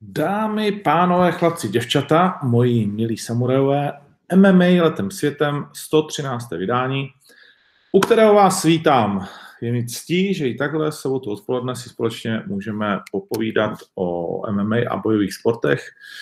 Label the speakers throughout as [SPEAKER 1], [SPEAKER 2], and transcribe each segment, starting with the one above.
[SPEAKER 1] Dámy, pánové, chlapci, děvčata, moji milí samurajové, MMA letem světem, 113. vydání, u kterého vás vítám. Je mi ctí, že i takhle sobotu odpoledne si společně můžeme popovídat o MMA a bojových sportech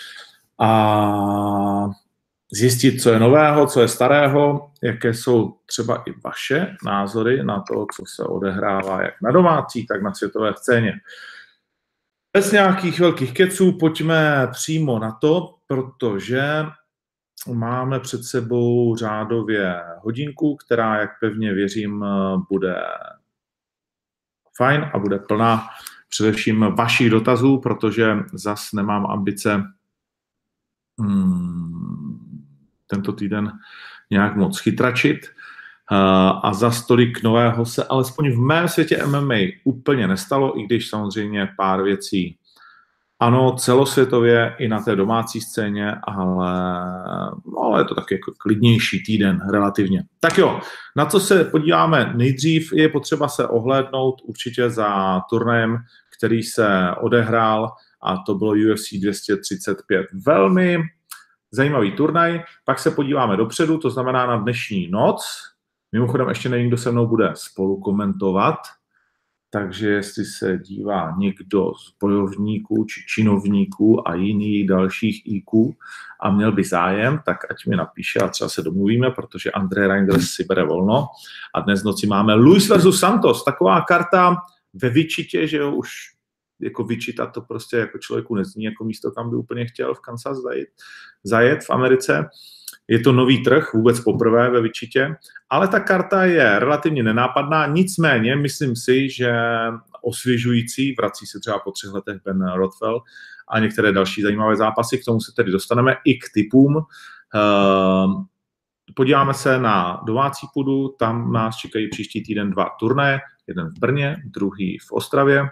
[SPEAKER 1] a zjistit, co je nového, co je starého, jaké jsou třeba i vaše názory na to, co se odehrává jak na domácí, tak na světové scéně. Bez nějakých velkých keců pojďme přímo na to, protože máme před sebou řádově hodinku, která, jak pevně věřím, bude fajn a bude plná především vašich dotazů, protože zas nemám ambice tento týden nějak moc chytračit a zas tolik nového se alespoň v mém světě MMA úplně nestalo, i když samozřejmě pár věcí ano, celosvětově i na té domácí scéně, ale je to taky jako klidnější týden relativně. Tak jo, na co se podíváme nejdřív, je potřeba se ohlédnout určitě za turnajem, který se odehrál, a to bylo UFC 235. Velmi zajímavý turnaj, pak se podíváme dopředu, to znamená na dnešní noc. Mimochodem ještě nevím, kdo se mnou bude spolu komentovat, takže jestli se dívá někdo z bojovníků či činovníků a jiných dalších IQ a měl by zájem, tak ať mi napíše a třeba se domluvíme, protože André Reinders si bere volno. A dnes v noci máme Luis versus Santos, taková karta ve Wichitě, že jo, už jako Wichita to prostě jako člověku nezní jako místo, kam by úplně chtěl v Kansas zajet v Americe. Je to nový trh, vůbec poprvé ve Wichitě, ale ta karta je relativně nenápadná, nicméně myslím si, že osvěžující, vrací se třeba po 3 letech Ben Rothwell a některé další zajímavé zápasy, k tomu se tedy dostaneme i k tipům. Podíváme se na domácí půdu, tam nás čekají příští týden 2 turnaje, jeden v Brně, druhý v Ostravě.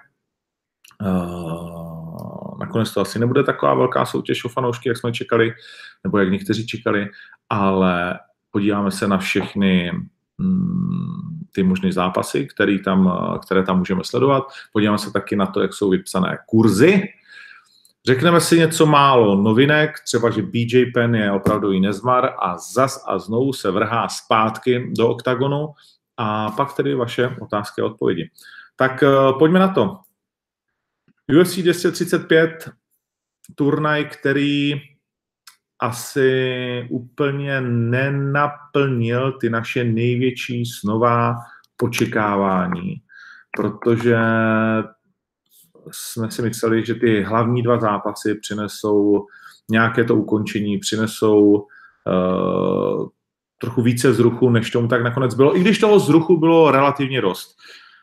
[SPEAKER 1] Nakonec to asi nebude taková velká soutěž o fanoušky, jak jsme čekali, nebo jak někteří čekali, ale podíváme se na všechny ty možné zápasy, které tam můžeme sledovat. Podíváme se taky na to, jak jsou vypsané kurzy. Řekneme si něco málo novinek, třeba, že BJ Penn je opravdový nezmar a zas a znovu se vrhá zpátky do oktagonu a pak tedy vaše otázky a odpovědi. Tak pojďme na to. UFC 235, turnaj, který asi úplně nenaplnil ty naše největší snová očekávání, protože jsme si mysleli, že ty hlavní 2 zápasy přinesou nějaké to ukončení, přinesou trochu více vzruchu, než tomu tak nakonec bylo, i když toho vzruchu bylo relativně dost.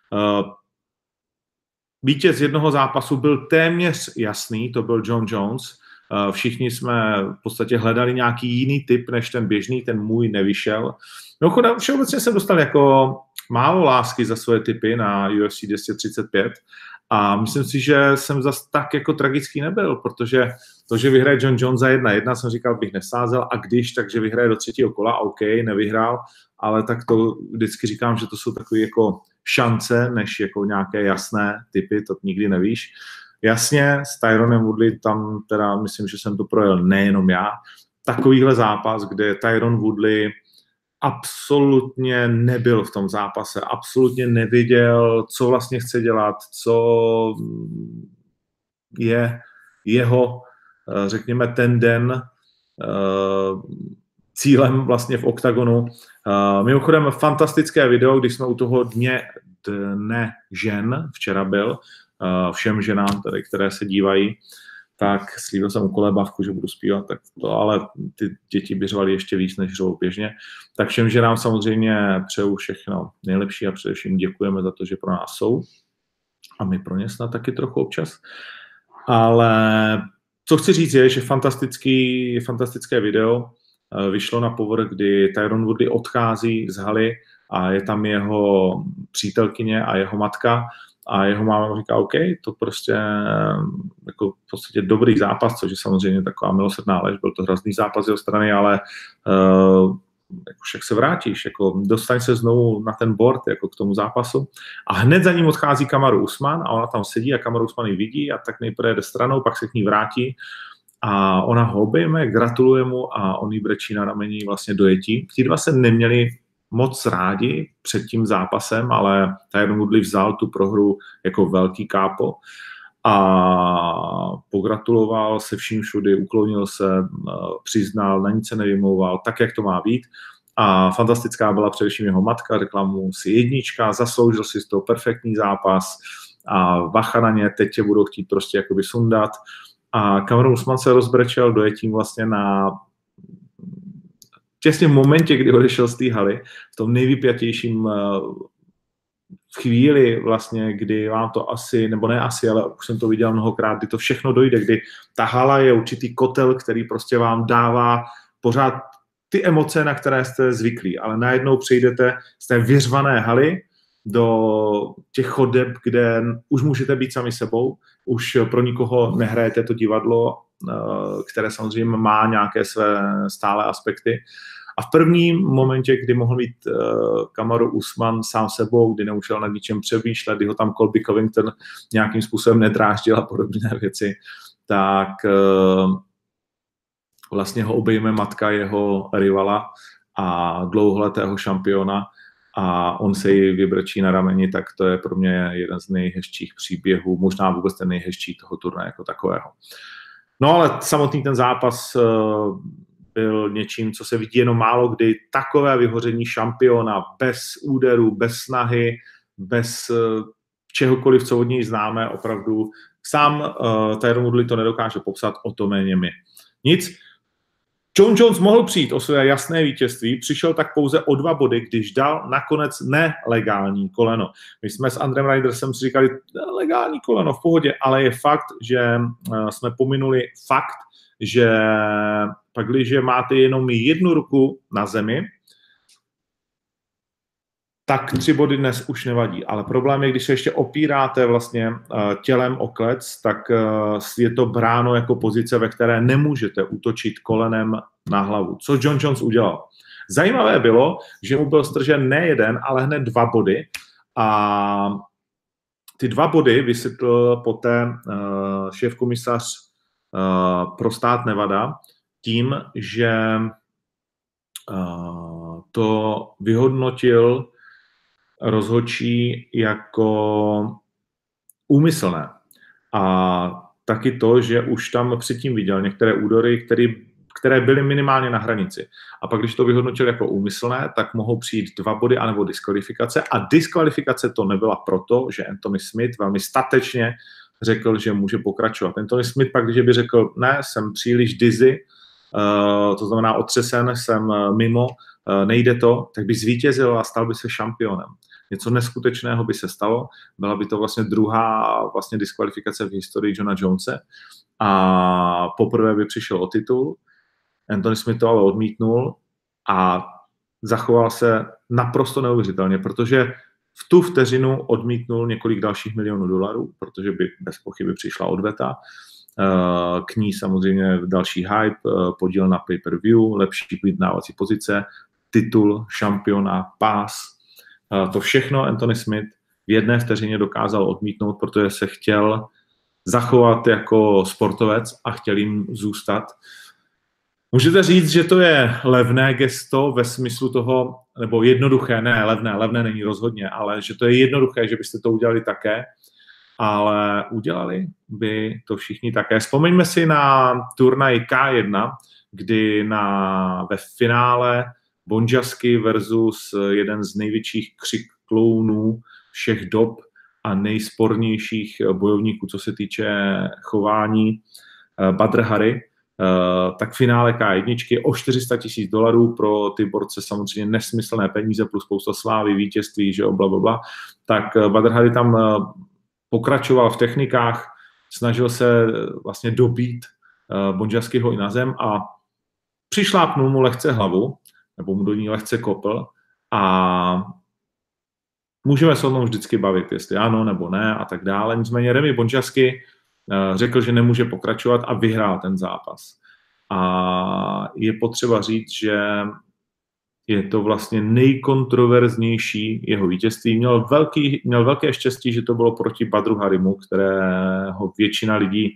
[SPEAKER 1] Vítěz jednoho zápasu byl téměř jasný, to byl Jon Jones. Všichni jsme v podstatě hledali nějaký jiný typ než ten běžný, ten můj nevyšel. Mimochodem, všeobecně jsem dostal jako málo lásky za svoje tipy na UFC 235 a myslím si, že jsem zas tak jako tragický nebyl, protože to, že vyhraje Jon Jones za 1-1, jsem říkal, bych nesázel a když, takže vyhraje do 3. kola, OK, nevyhrál, ale tak to vždycky říkám, že to jsou takové jako šance, než jako nějaké jasné typy, to nikdy nevíš. Jasně, s Tyronem Woodley tam teda myslím, že jsem to projel nejenom já. Takovýhle zápas, kde Tyron Woodley absolutně nebyl v tom zápase, absolutně nevěděl, co vlastně chce dělat, co je jeho, řekněme, ten den cílem vlastně v oktagonu. Mimochodem fantastické video, když jsme u toho dne žen, včera byl, všem ženám, tady, které se dívají, tak slíbil jsem u kolébavku, že budu zpívat, tak to, ale ty děti by řvaly ještě víc, než řvou běžně. Tak všem ženám samozřejmě přeju všechno nejlepší a především děkujeme za to, že pro nás jsou a my pro ně snad taky trochu občas. Ale co chci říct je, že fantastické video vyšlo na povrch, kdy Tyron Woodley odchází z haly a je tam jeho přítelkyně a jeho matka a jeho máma říká, OK, to prostě jako v podstatě dobrý zápas, což je samozřejmě taková milosrdná lež, byl to hrozný zápas z jeho strany, ale jak se vrátíš, jako dostaň se znovu na ten board, jako k tomu zápasu. A hned za ním odchází Kamaru Usman a ona tam sedí a Kamaru Usman ji vidí a tak nejprve jde stranou, pak se k ní vrátí a ona ho obejme, gratuluje mu a on jí brečí na rameni vlastně dojetí. Ti dva se neměli moc rádi před tím zápasem, ale Tyron Woodley vzal tu prohru jako velký kápo a pogratuloval se vším všudy, uklonil se, přiznal, na nic se nevymlouval, tak, jak to má být. A fantastická byla především jeho matka, řekla mu si jednička, zasloužil si z toho perfektní zápas a bacha na ně, teď tě budou chtít prostě jakoby sundat. A Kamaru Usman se rozbrečel dojetím vlastně na těsně v momentě, kdy odešel z té haly, v tom nejvypjatějším chvíli vlastně, kdy vám to asi, nebo ne asi, ale už jsem to viděl mnohokrát, kdy to všechno dojde, kdy ta hala je určitý kotel, který prostě vám dává pořád ty emoce, na které jste zvyklí, ale najednou přejdete z té vyřvané haly do těch chodeb, kde už můžete být sami sebou, už pro nikoho nehrajete to divadlo, které samozřejmě má nějaké své stále aspekty. A v prvním momentě, kdy mohl mít Kamaru Usman sám sebou, kdy nemusel nad ničem přemýšlet, kdy ho tam Colby Covington nějakým způsobem nedráždil a podobné věci, tak vlastně ho obejme matka jeho rivala a dlouholetého šampiona a on se jí vybrčí na rameni, tak to je pro mě jeden z nejhezčích příběhů, možná vůbec ten nejhezčí toho turnaje jako takového. No ale samotný ten zápas byl něčím, co se vidí jenom málo kdy, takové vyhoření šampiona, bez úderu, bez snahy, bez čehokoliv, co od něj známe, opravdu. Sám Tyron Woodley to nedokáže popsat, o to méně my. Nic. Jon Jones mohl přijít o své jasné vítězství, přišel tak pouze o 2 body, když dal nakonec nelegální koleno. My jsme s Andrem Rydersem si říkali, legální koleno v pohodě, ale je fakt, že jsme pominuli fakt, že pak, když máte jenom jednu ruku na zemi, tak 3 body dnes už nevadí. Ale problém je, když se ještě opíráte vlastně tělem o klec, tak je to bráno jako pozice, ve které nemůžete útočit kolenem na hlavu. Co Jon Jones udělal? Zajímavé bylo, že mu byl stržen ne jeden, ale hned 2 body. A ty 2 body vysvětlil poté šéfkomisař pro stát Nevada tím, že to vyhodnotil rozhodčí jako úmyslné. A taky to, že už tam předtím viděl některé údery, které byly minimálně na hranici. A pak, když to vyhodnotil jako úmyslné, tak mohou přijít 2 body anebo diskvalifikace. A diskvalifikace to nebyla proto, že Anthony Smith velmi statečně řekl, že může pokračovat. Anthony Smith pak, když by řekl, ne, jsem příliš dizzy, to znamená otřesen, jsem mimo, nejde to, tak by zvítězil a stal by se šampionem. Něco neskutečného by se stalo, byla by to vlastně druhá vlastně diskvalifikace v historii Jona Jonese a poprvé by přišel o titul. Anthony Smith to ale odmítnul a zachoval se naprosto neuvěřitelně, protože v tu vteřinu odmítnul několik dalších milionů dolarů, protože by bez pochyby přišla odveta. K ní samozřejmě další hype, podíl na pay-per-view, lepší vyjednávací pozice, titul šampiona, pás. To všechno Anthony Smith v jedné vteřině dokázal odmítnout, protože se chtěl zachovat jako sportovec a chtěl jim zůstat. Můžete říct, že to je levné gesto ve smyslu toho, nebo jednoduché, ne levné není rozhodně, ale že to je jednoduché, že byste to udělali také, ale udělali by to všichni také. Vzpomeňme si na turnaj K1, kdy ve finále Bonjasky versus jeden z největších křiklounů všech dob a nejspornějších bojovníků, co se týče chování, Badr Hari, tak finále K1 o $400,000 pro ty borce samozřejmě nesmyslné peníze plus spousta slávy, vítězství, že blablabla. Tak Badr Hari tam pokračoval v technikách, snažil se vlastně dobít Bonjaskyho i na zem a přišlápnul mu lehce hlavu, nebo mu do ní lehce kopl a můžeme se o tom vždycky bavit, jestli ano nebo ne a tak dále. Nicméně Remy Bonjasky řekl, že nemůže pokračovat a vyhrál ten zápas. A je potřeba říct, že je to vlastně nejkontroverznější jeho vítězství. Měl velké štěstí, že to bylo proti Badru Harimu, kterého většina lidí,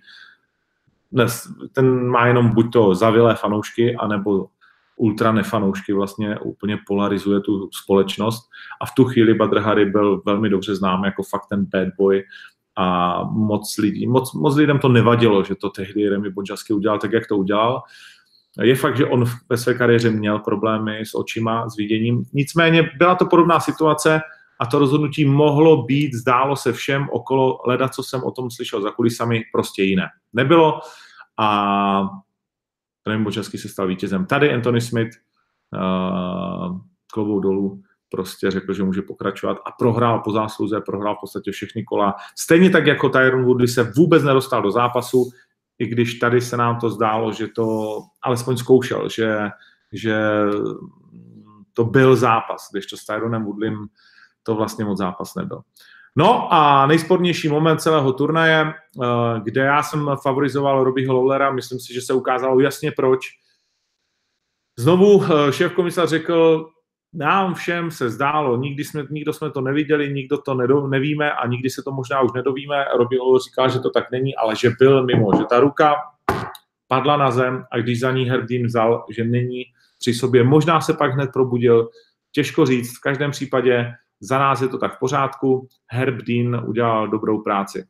[SPEAKER 1] ten má jenom buď to zavilé fanoušky, anebo ultra nefanoušky, vlastně úplně polarizuje tu společnost. A v tu chvíli Badr Hari byl velmi dobře znám jako fakt ten bad boy a moc lidem to nevadilo, že to tehdy Remy Bonjasky udělal tak, jak to udělal. Je fakt, že on ve své kariéře měl problémy s očima, s viděním. Nicméně byla to podobná situace a to rozhodnutí mohlo být, zdálo se všem okolo, leda, co jsem o tom slyšel za kulisami, prostě jiné. Nebylo a Remy Bonjasky se stal vítězem. Tady Anthony Smith klobouk dolů prostě řekl, že může pokračovat a prohrál po zásluze, prohrál v podstatě všechny kola. Stejně tak jako Tyron Woodley se vůbec nedostal do zápasu, i když tady se nám to zdálo, že to alespoň zkoušel, že to byl zápas, když to s Tyronem Woodleym to vlastně moc zápas nebyl. No a nejspornější moment celého turnaje, kde já jsem favorizoval Robbieho Lawlera, myslím si, že se ukázalo jasně proč. Znovu šéfkomisař řekl, nám všem se zdálo, nikdo jsme to neviděli, nikdo to nevíme a nikdy se to možná už nedovíme. Robbie Lawler říkal, že to tak není, ale že byl mimo, že ta ruka padla na zem a když za ní Herb Dean vzal, že není při sobě, možná se pak hned probudil, těžko říct, v každém případě za nás je to tak v pořádku, Herb Dean udělal dobrou práci.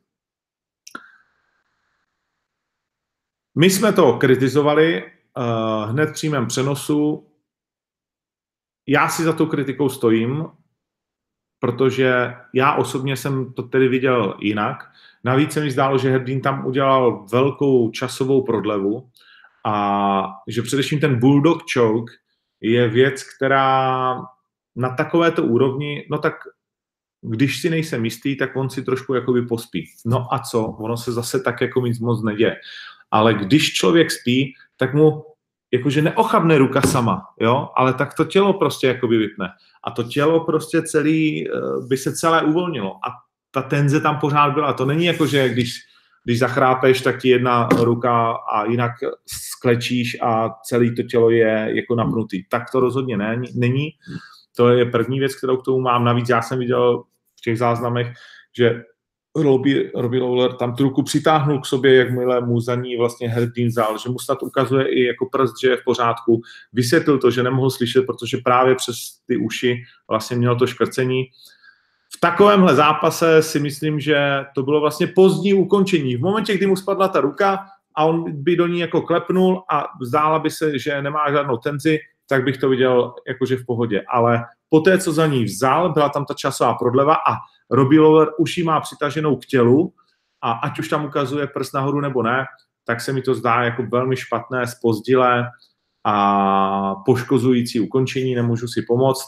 [SPEAKER 1] My jsme to kritizovali hned v přímém přenosu. Já si za tou kritikou stojím, protože já osobně jsem to tedy viděl jinak. Navíc se mi zdálo, že Herb Dean tam udělal velkou časovou prodlevu a že především ten bulldog choke je věc, která na takovéto úrovni, no tak když si nejsem jistý, tak on si trošku jakoby pospí. No a co? Ono se zase tak jako nic moc neděje. Ale když člověk spí, tak mu jakože neochabne ruka sama, jo, ale tak to tělo prostě jakoby vypne. A to tělo prostě by se celé uvolnilo. A ta tenze tam pořád byla. To není jako, že když zachrápeš, tak ti jedna ruka a jinak sklečíš a celé to tělo je jako napnutý. Tak to rozhodně není. To je první věc, kterou k tomu mám. Navíc já jsem viděl v těch záznamech, že Robbie Lawler tam tu ruku přitáhnul k sobě, jakmile mu za ní vlastně Herb Dean vzal, že mu snad ukazuje i jako prst, že je v pořádku. Vysvětlil to, že nemohl slyšet, protože právě přes ty uši vlastně měl to škrcení. V takovémhle zápase si myslím, že to bylo vlastně pozdní ukončení. V momentě, kdy mu spadla ta ruka a on by do ní jako klepnul a zdála by se, že nemá žádnou tenzi, tak bych to viděl jakože v pohodě. Ale poté, co za ní vzal, byla tam ta časová prodleva a Robbie Lawler už ji má přitaženou k tělu a ať už tam ukazuje prst nahoru nebo ne, tak se mi to zdá jako velmi špatné, zpozdilé a poškozující ukončení, nemůžu si pomoct.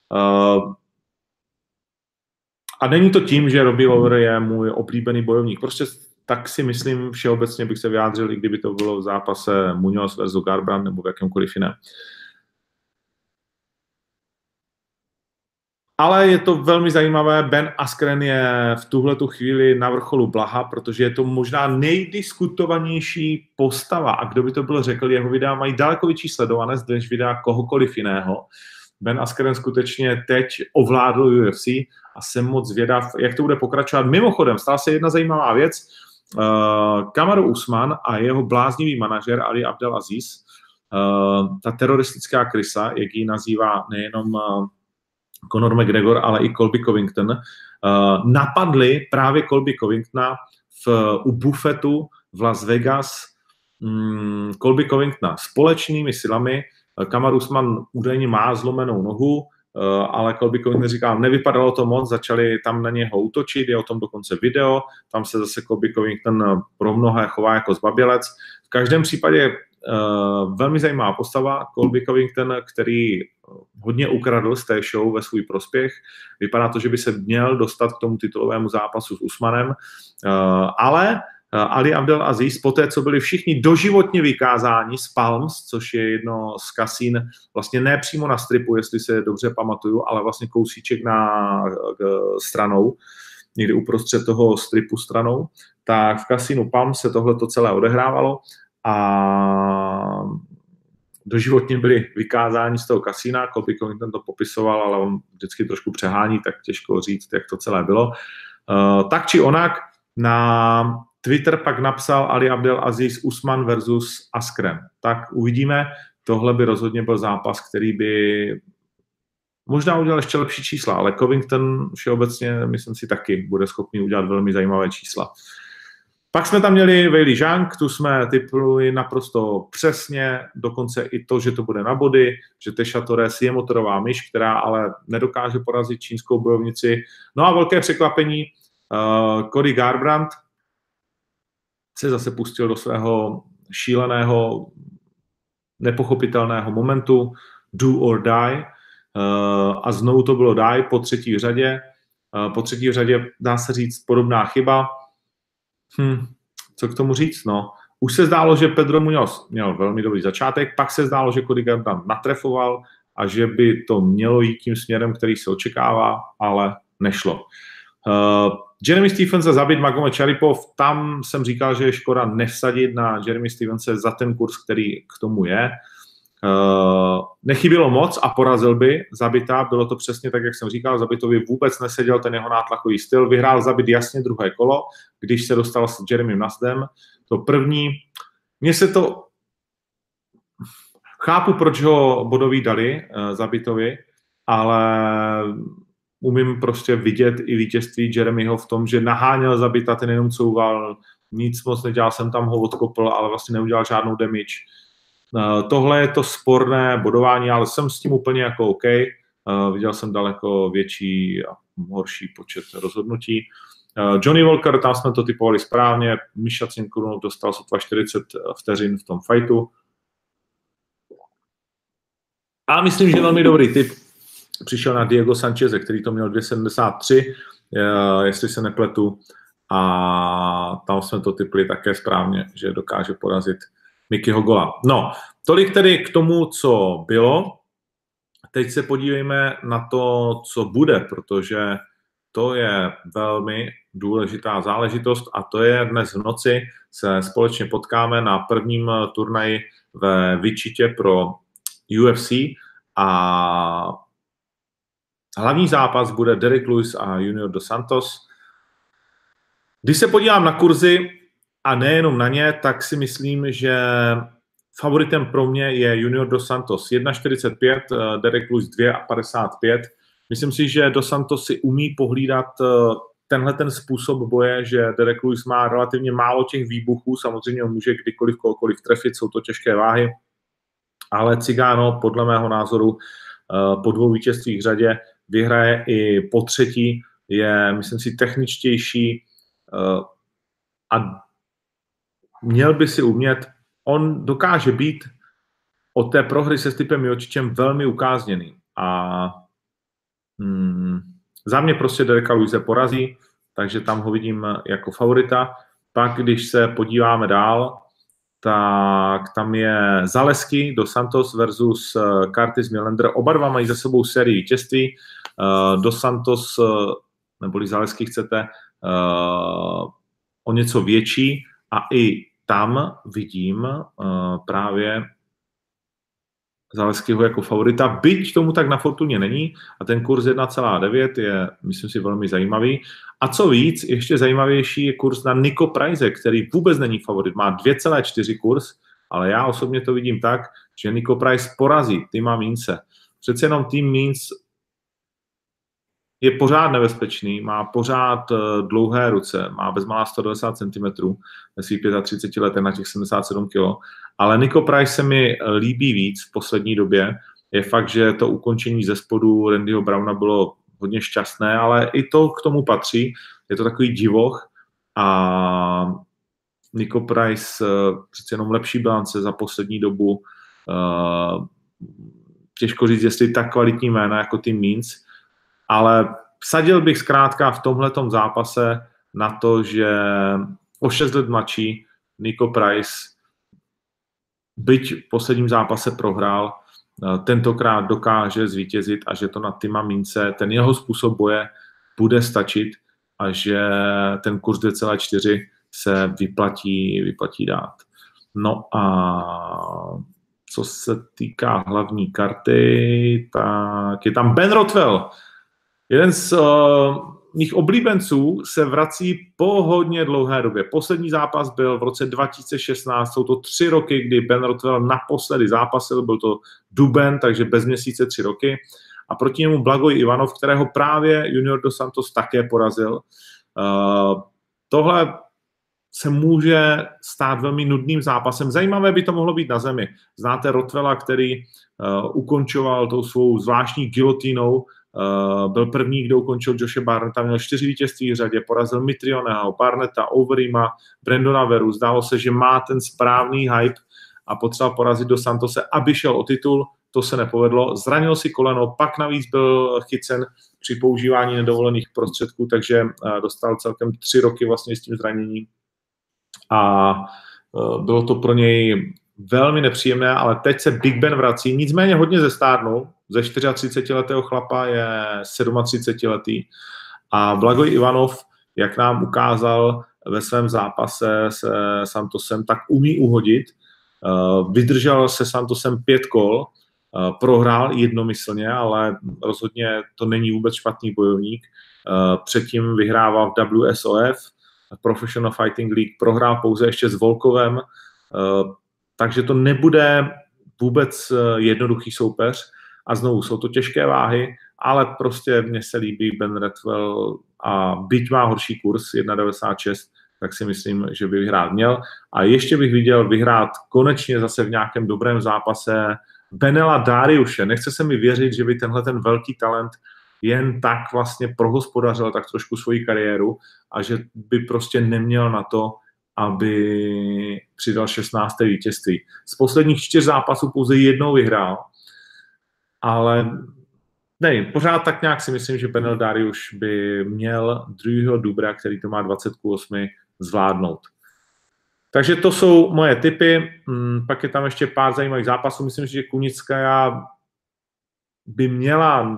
[SPEAKER 1] A není to tím, že Robbie Lawler je můj oblíbený bojovník. Prostě tak si myslím, všeobecně bych se vyjádřil, i kdyby to bylo v zápase Muñoz versus Garbrandt nebo v jakémkoliv jiném. Ale je to velmi zajímavé, Ben Askren je v tuhletu chvíli na vrcholu blaha, protože je to možná nejdiskutovanější postava a kdo by to byl řekl, jeho videa mají daleko větší sledovanost než videa kohokoliv jiného. Ben Askren skutečně teď ovládl UFC a jsem moc zvědav, jak to bude pokračovat. Mimochodem, stala se jedna zajímavá věc. Kamaru Usman a jeho bláznivý manažer Ali Abdelaziz, ta teroristická krysa, jak ji nazývá nejenom Conor McGregor, ale i Colby Covington, napadli právě Colby Covingtona u bufetu v Las Vegas. Colby Covingtona společnými silami. Kamaru Usman údajně má zlomenou nohu, ale Colby Covington říkal, nevypadalo to moc, začali tam na něho útočit, je o tom dokonce video, tam se zase Colby Covington pro mnohé chová jako zbabělec. V každém případě velmi zajímavá postava, Colby Covington, který hodně ukradl z té show ve svůj prospěch. Vypadá to, že by se měl dostat k tomu titulovému zápasu s Usmanem, ale Ali Abdelaziz, poté, co byli všichni doživotně vykázáni z Palms, což je jedno z kasín, vlastně ne přímo na stripu, jestli se dobře pamatuju, ale vlastně kousíček stranou, někdy uprostřed toho stripu stranou, tak v kasínu Palms se tohleto celé odehrávalo a doživotně byli vykázáni z toho kasína. Colby Covington to popisoval, ale on vždycky trošku přehání, tak těžko říct, jak to celé bylo. Tak či onak, na Twitter pak napsal Ali Abdelaziz Usman versus Askren. Tak uvidíme, tohle by rozhodně byl zápas, který by možná udělal ještě lepší čísla, ale Covington všeobecně, myslím si, taky bude schopný udělat velmi zajímavé čísla. Pak jsme tam měli Weili Zhang, tu jsme tipli naprosto přesně, dokonce i to, že to bude na body, že Tesha Torres je motorová myš, která ale nedokáže porazit čínskou bojovnici. No a velké překvapení, Cody Garbrandt se zase pustil do svého šíleného, nepochopitelného momentu, do or die, a znovu to bylo die po třetí řadě. Po třetí řadě dá se říct podobná chyba. Co k tomu říct? No, už se zdálo, že Pedro Muñoz měl velmi dobrý začátek, pak se zdálo, že Cody Garbrandt natrefoval a že by to mělo jít tím směrem, který se očekává, ale nešlo. Jeremy Stephens a zabit Magomed Sharipov, tam jsem říkal, že je škoda nevsadit na Jeremy Stephense za ten kurz, který k tomu je. Nechybělo moc a porazil by Zabita, bylo to přesně tak, jak jsem říkal, Zabitovi vůbec neseděl ten jeho nátlakový styl, vyhrál Zabit jasně druhé kolo, když se dostal s Jeremym Nasdem, to první, mně se to, chápu, proč ho bodový dali Zabitovi, ale umím prostě vidět i vítězství Jeremyho v tom, že naháněl Zabita, ten jenom couval, nic moc nedělal, jsem tam ho odkopl, ale vlastně neudělal žádnou damage. Tohle je to sporné bodování, ale jsem s tím úplně jako OK. Viděl jsem daleko větší a horší počet rozhodnutí. Johnny Walker, tam jsme to typovali správně, Misha Cinkurunov dostal sotva 40 vteřin v tom fightu. A myslím, že velmi dobrý tip přišel na Diego Sancheze, který to měl 2,73, jestli se nepletu, a tam jsme to tipli také správně, že dokáže porazit Mickeyho Gola. No, tolik tedy k tomu, co bylo. Teď se podívejme na to, co bude, protože to je velmi důležitá záležitost a to je dnes v noci se společně potkáme na prvním turnaji ve Wichitě pro UFC a hlavní zápas bude Derrick Lewis a Junior Dos Santos. Když se podívám na kurzy, a nejenom na ně, tak si myslím, že favoritem pro mě je Junior Dos Santos 1,45, Derrick Lewis 2,55. Myslím si, že Dos Santos si umí pohlídat tenhle ten způsob boje, že Derrick Lewis má relativně málo těch výbuchů, samozřejmě on může kdykoliv kohokoliv trefit, jsou to těžké váhy, ale Cigano podle mého názoru po 2 vítězstvích v řadě vyhraje i po třetí, je, myslím si, techničtější a měl by si umět, on dokáže být od té prohry se Stipem Miocičem velmi ukázněný a za mě prostě Derricka Lewise porazí, takže tam ho vidím jako favorita. Pak, když se podíváme dál, tak tam je Zaleski Dos Santos versus Curtis Millender. Oba dva mají za sebou sérii vítězství. Dos Santos, neboli Zaleski chcete, o něco větší a i tam vidím právě Zaleskiho jako favorita, byť tomu tak na Fortuně není a ten kurz 1,9 je, myslím si, velmi zajímavý. A co víc, ještě zajímavější je kurz na Niko Price, který vůbec není favorit, má 2,4 kurz, ale já osobně to vidím tak, že Niko Price porazí Tima Meanse. Přece jenom Tim Means je pořád nebezpečný, má pořád dlouhé ruce, má bezmála 190 cm ve svých 35 letech na těch 77 kg, ale Niko Price se mi líbí víc v poslední době. Je fakt, že to ukončení ze spodu Randyho Browna bylo hodně šťastné, ale i to k tomu patří. Je to takový divoch a Niko Price přece jenom lepší bilance za poslední dobu. Těžko říct, jestli tak kvalitní jména jako Tim Means, ale vsadil bych zkrátka v tomhletom zápase na to, že o 6 let mladší Niko Price, byť v posledním zápase prohrál, tentokrát dokáže zvítězit a že to na Tima Meanse, ten jeho způsob boje bude stačit a že ten kurz 2,4 se vyplatí dát. No a co se týká hlavní karty, tak je tam Ben Rothwell. Jeden z mých oblíbenců se vrací po hodně dlouhé době. Poslední zápas byl v roce 2016, jsou to 3 roky, kdy Ben Rothwell naposledy zápasil, byl to duben, takže bez měsíce 3 roky. A proti němu Blagoj Ivanov, kterého právě Junior dos Santos také porazil. Tohle se může stát velmi nudným zápasem. Zajímavé by to mohlo být na zemi. Znáte Rothwella, který ukončoval tou svou zvláštní gilotínou, byl první, kdo ukončil Joshe Barnetta, měl 4 vítězství v řadě, porazil Mitrioneho, Barnetta, Overeema, Brandona Veru. Zdálo se, že má ten správný hype a potřeboval porazit dos Santose, aby šel o titul. To se nepovedlo. Zranil si koleno, pak navíc byl chycen při používání nedovolených prostředků, takže dostal celkem 3 roky vlastně s tím zraněním. A bylo to pro něj velmi nepříjemné, ale teď se Big Ben vrací, nicméně hodně zestárnul, ze 34letého chlapa je 37letý a Blagoj Ivanov, jak nám ukázal ve svém zápase se Santosem, tak umí uhodit, vydržel se Santosem 5 kol, prohrál jednomyslně, ale rozhodně to není vůbec špatný bojovník, předtím vyhrával v WSOF, Professional Fighting League, prohrál pouze ještě s Volkovem, takže to nebude vůbec jednoduchý soupeř a znovu jsou to těžké váhy, ale prostě mně se líbí Ben Rothwell a byť má horší kurz 1,96, tak si myslím, že by vyhrát měl. A ještě bych viděl vyhrát konečně zase v nějakém dobrém zápase Benela Dariuše. Nechce se mi věřit, že by tenhle ten velký talent jen tak vlastně prohospodařil tak trošku svoji kariéru a že by prostě neměl na to, aby přidal 16. vítězství. Z posledních 4 zápasů pouze jednou vyhrál, ale ne, pořád tak nějak si myslím, že Benel Dariuš by měl 2. dubna, který to má 28, zvládnout. Takže to jsou moje tipy. Pak je tam ještě pár zajímavých zápasů. Myslím, že Kunická by měla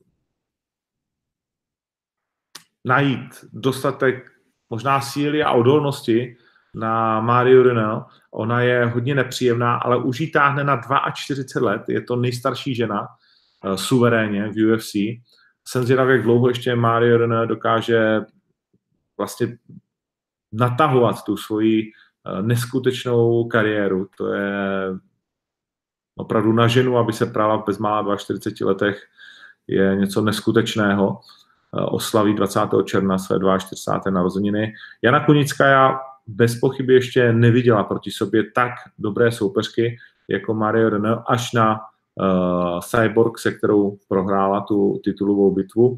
[SPEAKER 1] najít dostatek možná síly a odolnosti na Mariu Renault. Ona je hodně nepříjemná, ale už ji táhne na 42 let. Je to nejstarší žena suverénně v UFC. Jsem zvědavý, jak dlouho ještě Mario Renault dokáže vlastně natahovat tu svoji neskutečnou kariéru. To je opravdu na ženu, aby se prala v bezmála 42 letech, je něco neskutečného. Oslaví 20. června své 42. narozeniny. Jana Kunická bez pochyby ještě neviděla proti sobě tak dobré soupeřky jako Mario Renault až na Cyborg, se kterou prohrála tu titulovou bitvu.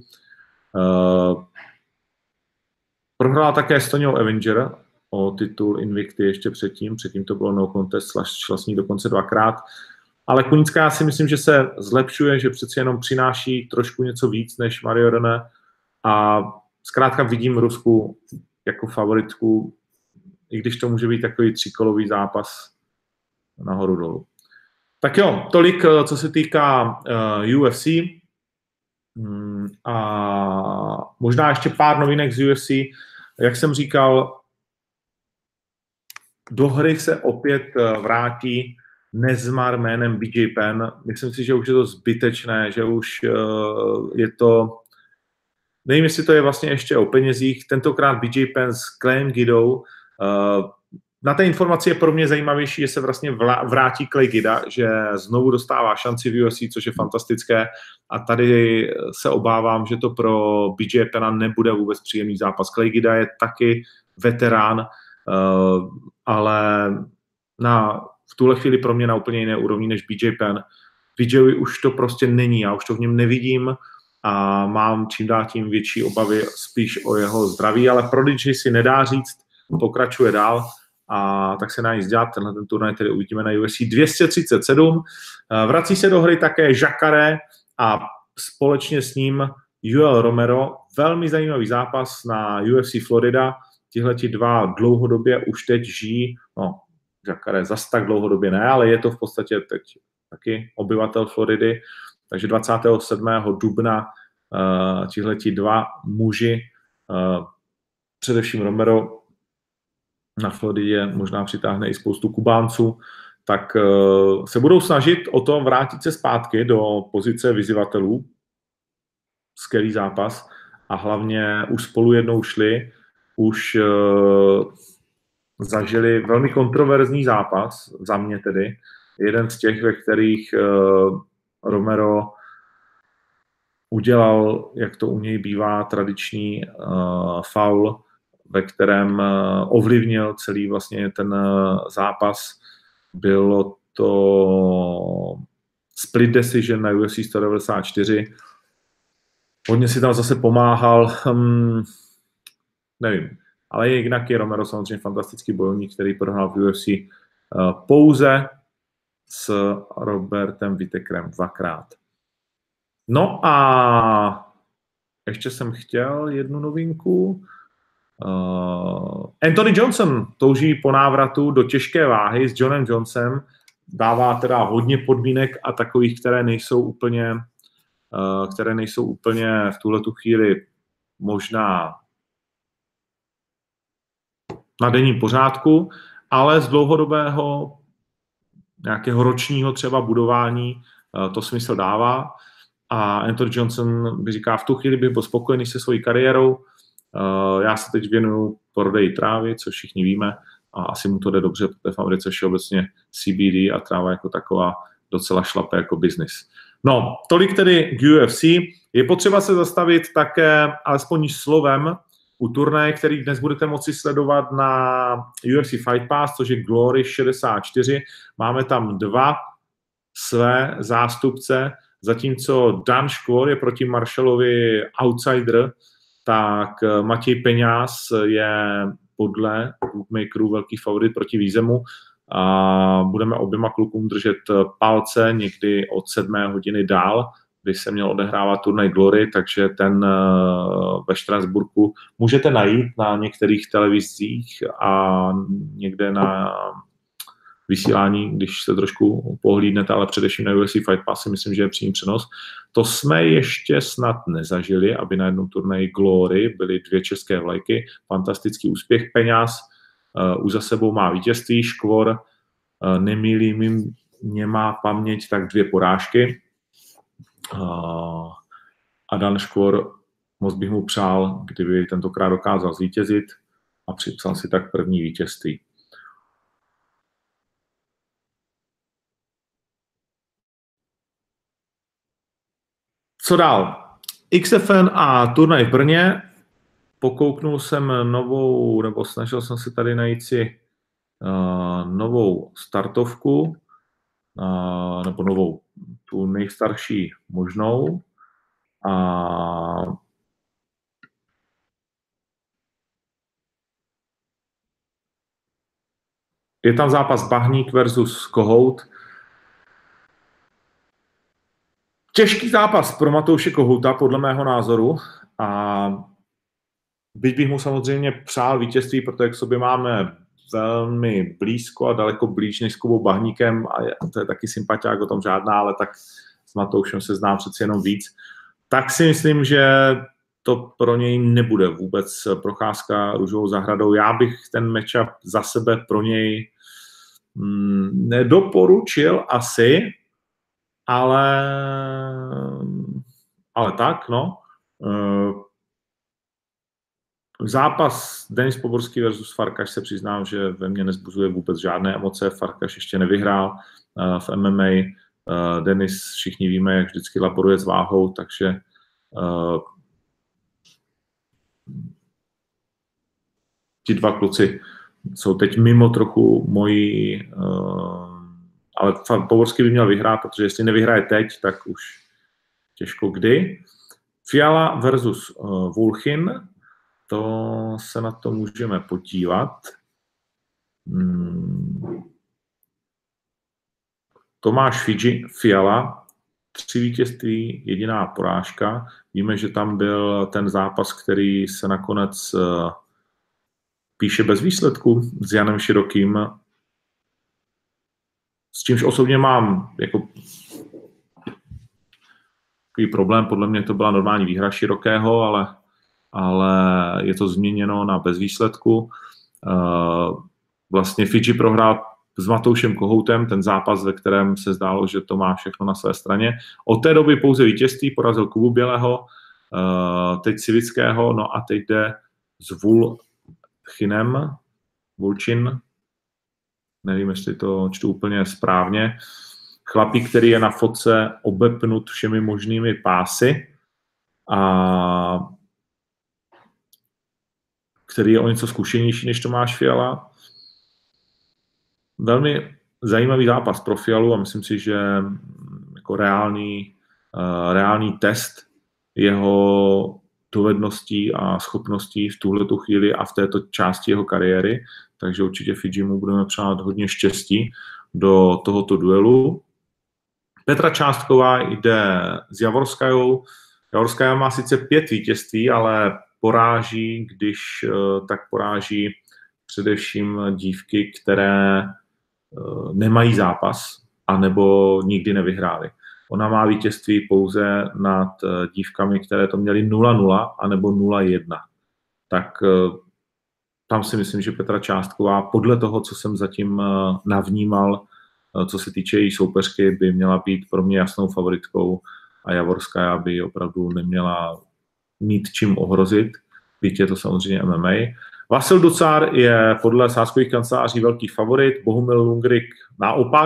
[SPEAKER 1] Prohrála také s Tonyou Avenger o titul Invicty ještě předtím to bylo no contest, šla s ní dokonce 2krát. Ale Kunická si myslím, že se zlepšuje, že přeci jenom přináší trošku něco víc než Mario Renault a zkrátka vidím Rusku jako favoritku, i když to může být takový 3kolový zápas nahoru dolů. Tak jo, tolik, co se týká UFC. A možná ještě pár novinek z UFC. Jak jsem říkal, do hry se opět vrátí nezmar jménem BJ Penn. Myslím si, že už je to zbytečné, že už je to... Nevím, jestli to je vlastně ještě o penězích. Tentokrát BJ Penn s Clayem Guidou. Na té informaci je pro mě zajímavější, že se vlastně vrátí Clay Guida, že znovu dostává šanci v UFC, což je fantastické. A tady se obávám, že to pro BJ Penna nebude vůbec příjemný zápas. Clay Guida je taky veterán, ale v tuhle chvíli pro mě na úplně jiné úrovni než BJ Penn. BJ už to prostě není, já už to v něm nevidím a mám čím dál tím větší obavy spíš o jeho zdraví, ale Prodigy si nedá říct, pokračuje dál a tak se na nic dělat. Tenhle ten turnaj tedy uvidíme na UFC 237. Vrací se do hry také Jacare a společně s ním Yoel Romero. Velmi zajímavý zápas na UFC Florida. Tihleti dva dlouhodobě už teď žijí, Jacare zas tak dlouhodobě ne, ale je to v podstatě teď taky obyvatel Floridy. Takže 27. dubna tihleti dva muži, především Romero, na Floridě možná přitáhne i spoustu Kubánců, tak se budou snažit o to vrátit se zpátky do pozice vyzývatelů. Skvělý zápas a hlavně už spolu jednou šli, už zažili velmi kontroverzní zápas, za mě tedy, jeden z těch, ve kterých Romero udělal, jak to u něj bývá, tradiční faul, ve kterém ovlivnil celý vlastně ten zápas. Bylo to split decision na UFC 194. Hodně si tam zase pomáhal, nevím, ale jinak je Romero samozřejmě fantastický bojovník, který prohrál v UFC pouze s Robertem Whittakerem 2krát. No a ještě jsem chtěl jednu novinku. Anthony Johnson touží po návratu do těžké váhy s Johnem Johnsonem. Dává teda hodně podmínek a takových, které nejsou úplně v tuhletu chvíli možná na denním pořádku, ale z dlouhodobého nějakého ročního třeba budování to smysl dává. A Anthony Johnson by říká, v tu chvíli bych byl spokojený se svojí kariérou, já se teď věnuju prodeji trávy, co všichni víme, a asi mu to jde dobře, protože v Americe všeobecně CBD a tráva jako taková docela šlape jako biznis. No, tolik tedy k UFC. Je potřeba se zastavit také alespoň slovem u turnaje, který dnes budete moci sledovat na UFC Fight Pass, což je Glory 64. Máme tam dva své zástupce, zatímco Dan Škvor je proti Marshallovi outsider, tak Matěj Peňáz je podle bookmakerů velký favorit proti Vízemu a budeme oběma klukům držet palce někdy od 7 hodiny dál, kdy se měl odehrávat turnaj Glory, takže ten ve Štrasburku můžete najít na některých televizích a někde na vysílání, když se trošku pohlídnete, ale především na UFC Fight Pass si myslím, že je přímý přenos. To jsme ještě snad nezažili, aby na jednom turnaji Glory byly 2 české vlajky. Fantastický úspěch. Peňáz už za sebou má vítězství, Škvor nemýlí mě má paměť, tak 2 porážky. A Dan Škvor, moc bych mu přál, kdyby tentokrát dokázal zvítězit a připsal si tak první vítězství. Co dál? XFN a turnaj v Brně. Pokouknul jsem novou, nebo snažil jsem se tady najít si novou startovku, nebo novou, tu nejstarší možnou. Je tam zápas Bahník versus Kohout. Těžký zápas pro Matouše Kohouta, podle mého názoru. A byť bych mu samozřejmě přál vítězství, protože k sobě máme velmi blízko a daleko blíž než s Kubou Bahníkem, a to je taky sympatiák, o tom žádná, ale tak s Matoušem se znám přeci jenom víc. Tak si myslím, že to pro něj nebude vůbec procházka růžovou zahradou. Já bych ten matchup za sebe pro něj nedoporučil asi, ale tak, no. Zápas Denis Poborský versus Farkaš se přiznám, že ve mně nezbuzuje vůbec žádné emoce. Farkaš ještě nevyhrál v MMA. Denis, všichni víme, jak vždycky laboruje s váhou, takže ti dva kluci jsou teď mimo trochu moji, ale Poborský by měl vyhrát, protože jestli nevyhraje teď, tak už těžko kdy. Fiala versus Vulchin, to se na to můžeme podívat. Tomáš Fiala, 3 vítězství, 1 porážka. Víme, že tam byl ten zápas, který se nakonec píše bez výsledku s Janem Širokým, s čímž osobně mám jako takový problém. Podle mě to byla normální výhra Širokého, ale je to změněno na bez výsledku. Vlastně Fidži prohrál s Matoušem Kohoutem, ten zápas, ve kterém se zdálo, že to má všechno na své straně. Od té doby pouze vítězství, porazil Kubu Bělého, teď Sivického, no a teď jde s Vulčin, nevím, jestli to čtu úplně správně, chlapík, který je na fotce obepnut všemi možnými pásy a který je o něco zkušenější než Tomáš Fiala. Velmi zajímavý zápas pro Fialu a myslím si, že jako reálný test jeho dovedností a schopností v tuhletu chvíli a v této části jeho kariéry, takže určitě Fidžimu budeme přát hodně štěstí do tohoto duelu. Petra Částková jde s Javorskajou. Javorskaja má sice 5 vítězství, ale poráží, když tak poráží především dívky, které nemají zápas anebo nikdy nevyhrály. Ona má vítězství pouze nad dívkami, které to měly 0-0 anebo 0-1. Tak tam si myslím, že Petra Částková podle toho, co jsem zatím navnímal, co se týče její soupeřky, by měla být pro mě jasnou favoritkou a Javorská by opravdu neměla mít čím ohrozit, byť je to samozřejmě MMA. Vasil Ducár je podle sázkových kanceláří velký favorit, Bohumil Lungrik naopak.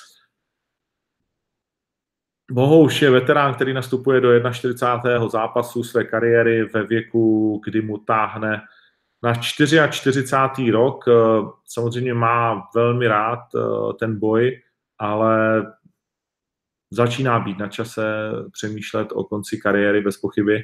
[SPEAKER 1] Bohouš je veterán, který nastupuje do 41. zápasu své kariéry ve věku, kdy mu táhne na 44. rok. Samozřejmě má velmi rád ten boj, ale začíná být na čase přemýšlet o konci kariéry bez pochyby.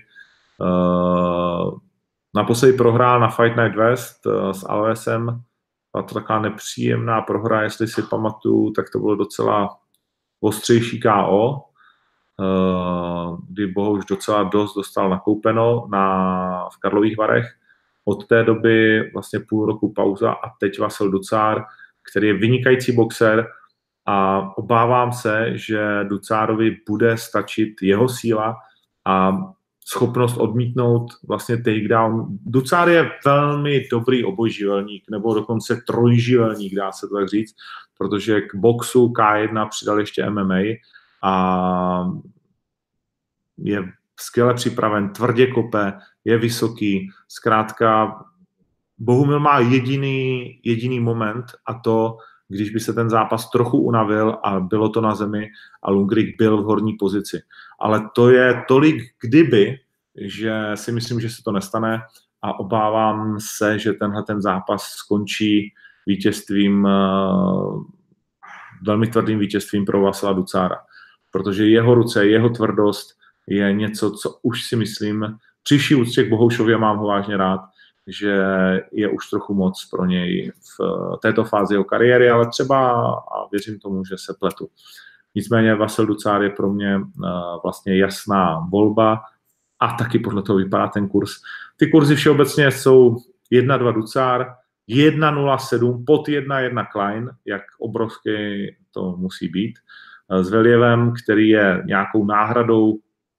[SPEAKER 1] Naposledy prohrál na Fight Night West s Alvesem. Byla to taková nepříjemná prohra, jestli si pamatuju, tak to bylo docela ostřejší KO, kdy Bohouš docela dost dostal nakoupeno v Karlových Varech. Od té doby vlastně půl roku pauza a teď Vasil Ducár, který je vynikající boxer a obávám se, že Ducárovi bude stačit jeho síla a schopnost odmítnout vlastně takedown. Ducár je velmi dobrý obojživelník, nebo dokonce trojživelník, dá se to tak říct, protože k boxu K1 přidal ještě MMA a je skvěle připraven, tvrdě kope, je vysoký, zkrátka Bohumil má jediný moment a to, když by se ten zápas trochu unavil a bylo to na zemi a Lungrik byl v horní pozici. Ale to je tolik kdyby, že si myslím, že se to nestane a obávám se, že tenhle ten zápas skončí vítězstvím, velmi tvrdým vítězstvím pro Vasila Ducára. Protože jeho ruce, jeho tvrdost je něco, co už si myslím, při vší úctě k Bohoušově, mám ho vážně rád, že je už trochu moc pro něj v této fázi jeho kariéry, ale třeba a věřím tomu, že se pletu. Nicméně Vasil Ducár je pro mě vlastně jasná volba a taky podle toho vypadá ten kurz. Ty kurzy všeobecně jsou 1-2 Ducár, 1-0-7, pod 1-1 Klein, jak obrovský to musí být. S Veljevem, který je nějakou náhradou,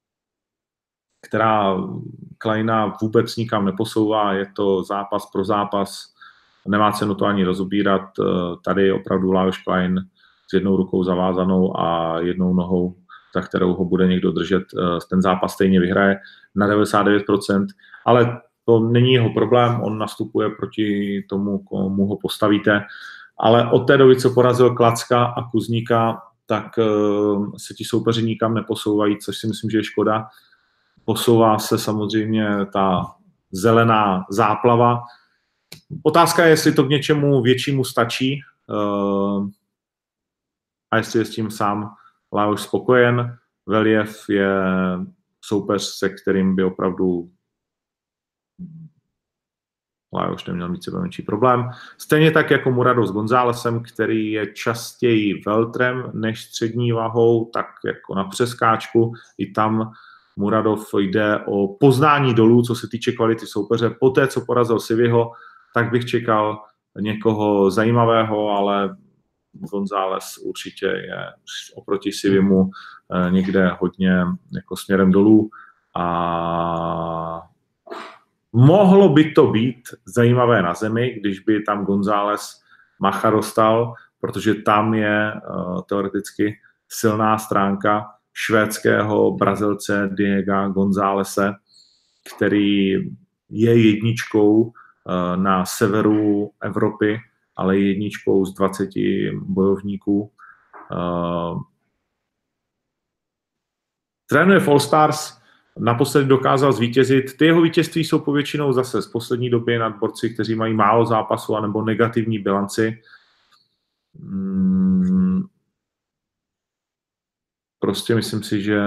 [SPEAKER 1] která Kleina vůbec nikam neposouvá, je to zápas pro zápas, nemá cenu to ani rozobírat. Tady je opravdu Lajos Klein s jednou rukou zavázanou a jednou nohou, za kterou ho bude někdo držet. Ten zápas stejně vyhraje na 99%, ale to není jeho problém, on nastupuje proti tomu, komu ho postavíte. Ale od té doby, co porazil Klacka a Kuzníka, tak se ti soupeři nikam neposouvají, což si myslím, že je škoda. Posouvá se samozřejmě ta zelená záplava. Otázka je, jestli to k něčemu většímu stačí a jestli je s tím sám Lajos spokojen. Veljev je soupeř, se kterým by opravdu Lajos neměl mít sebe menší problém. Stejně tak jako Muradov s Gonzálesem, který je častěji veltrem než střední vahou, tak jako na přeskáčku. I tam Muradov jde o poznání dolů, co se týče kvality soupeře. Poté, co porazil Siviho, tak bych čekal někoho zajímavého, ale González určitě je oproti Sivimu někde hodně jako směrem dolů a mohlo by to být zajímavé na zemi, když by tam González Macha dostal, protože tam je teoreticky silná stránka švédského Brazilce Diego Gonzálese, který je jedničkou na severu Evropy, ale je jedničkou z 20 bojovníků. Trénuje v All Stars, naposledy dokázal zvítězit. Ty jeho vítězství jsou povětšinou zase z poslední doby nad borci, kteří mají málo zápasů anebo negativní bilanci. Prostě myslím si, že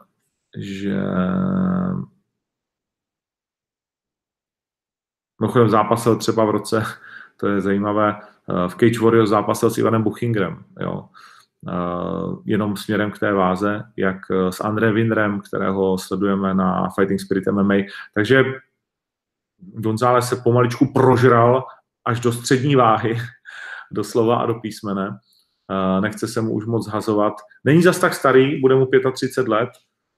[SPEAKER 1] mimochodem zápasil třeba v roce, to je zajímavé, v Cage Warriors zápasil s Ivanem Buchingrem, jo. Jenom směrem k té váze, jak s André Winrem, kterého sledujeme na Fighting Spirit MMA. Takže González se pomaličku prožral až do střední váhy, do slova a do písmene. Nechce se mu už moc zhazovat. Není zas tak starý, bude mu 35 let.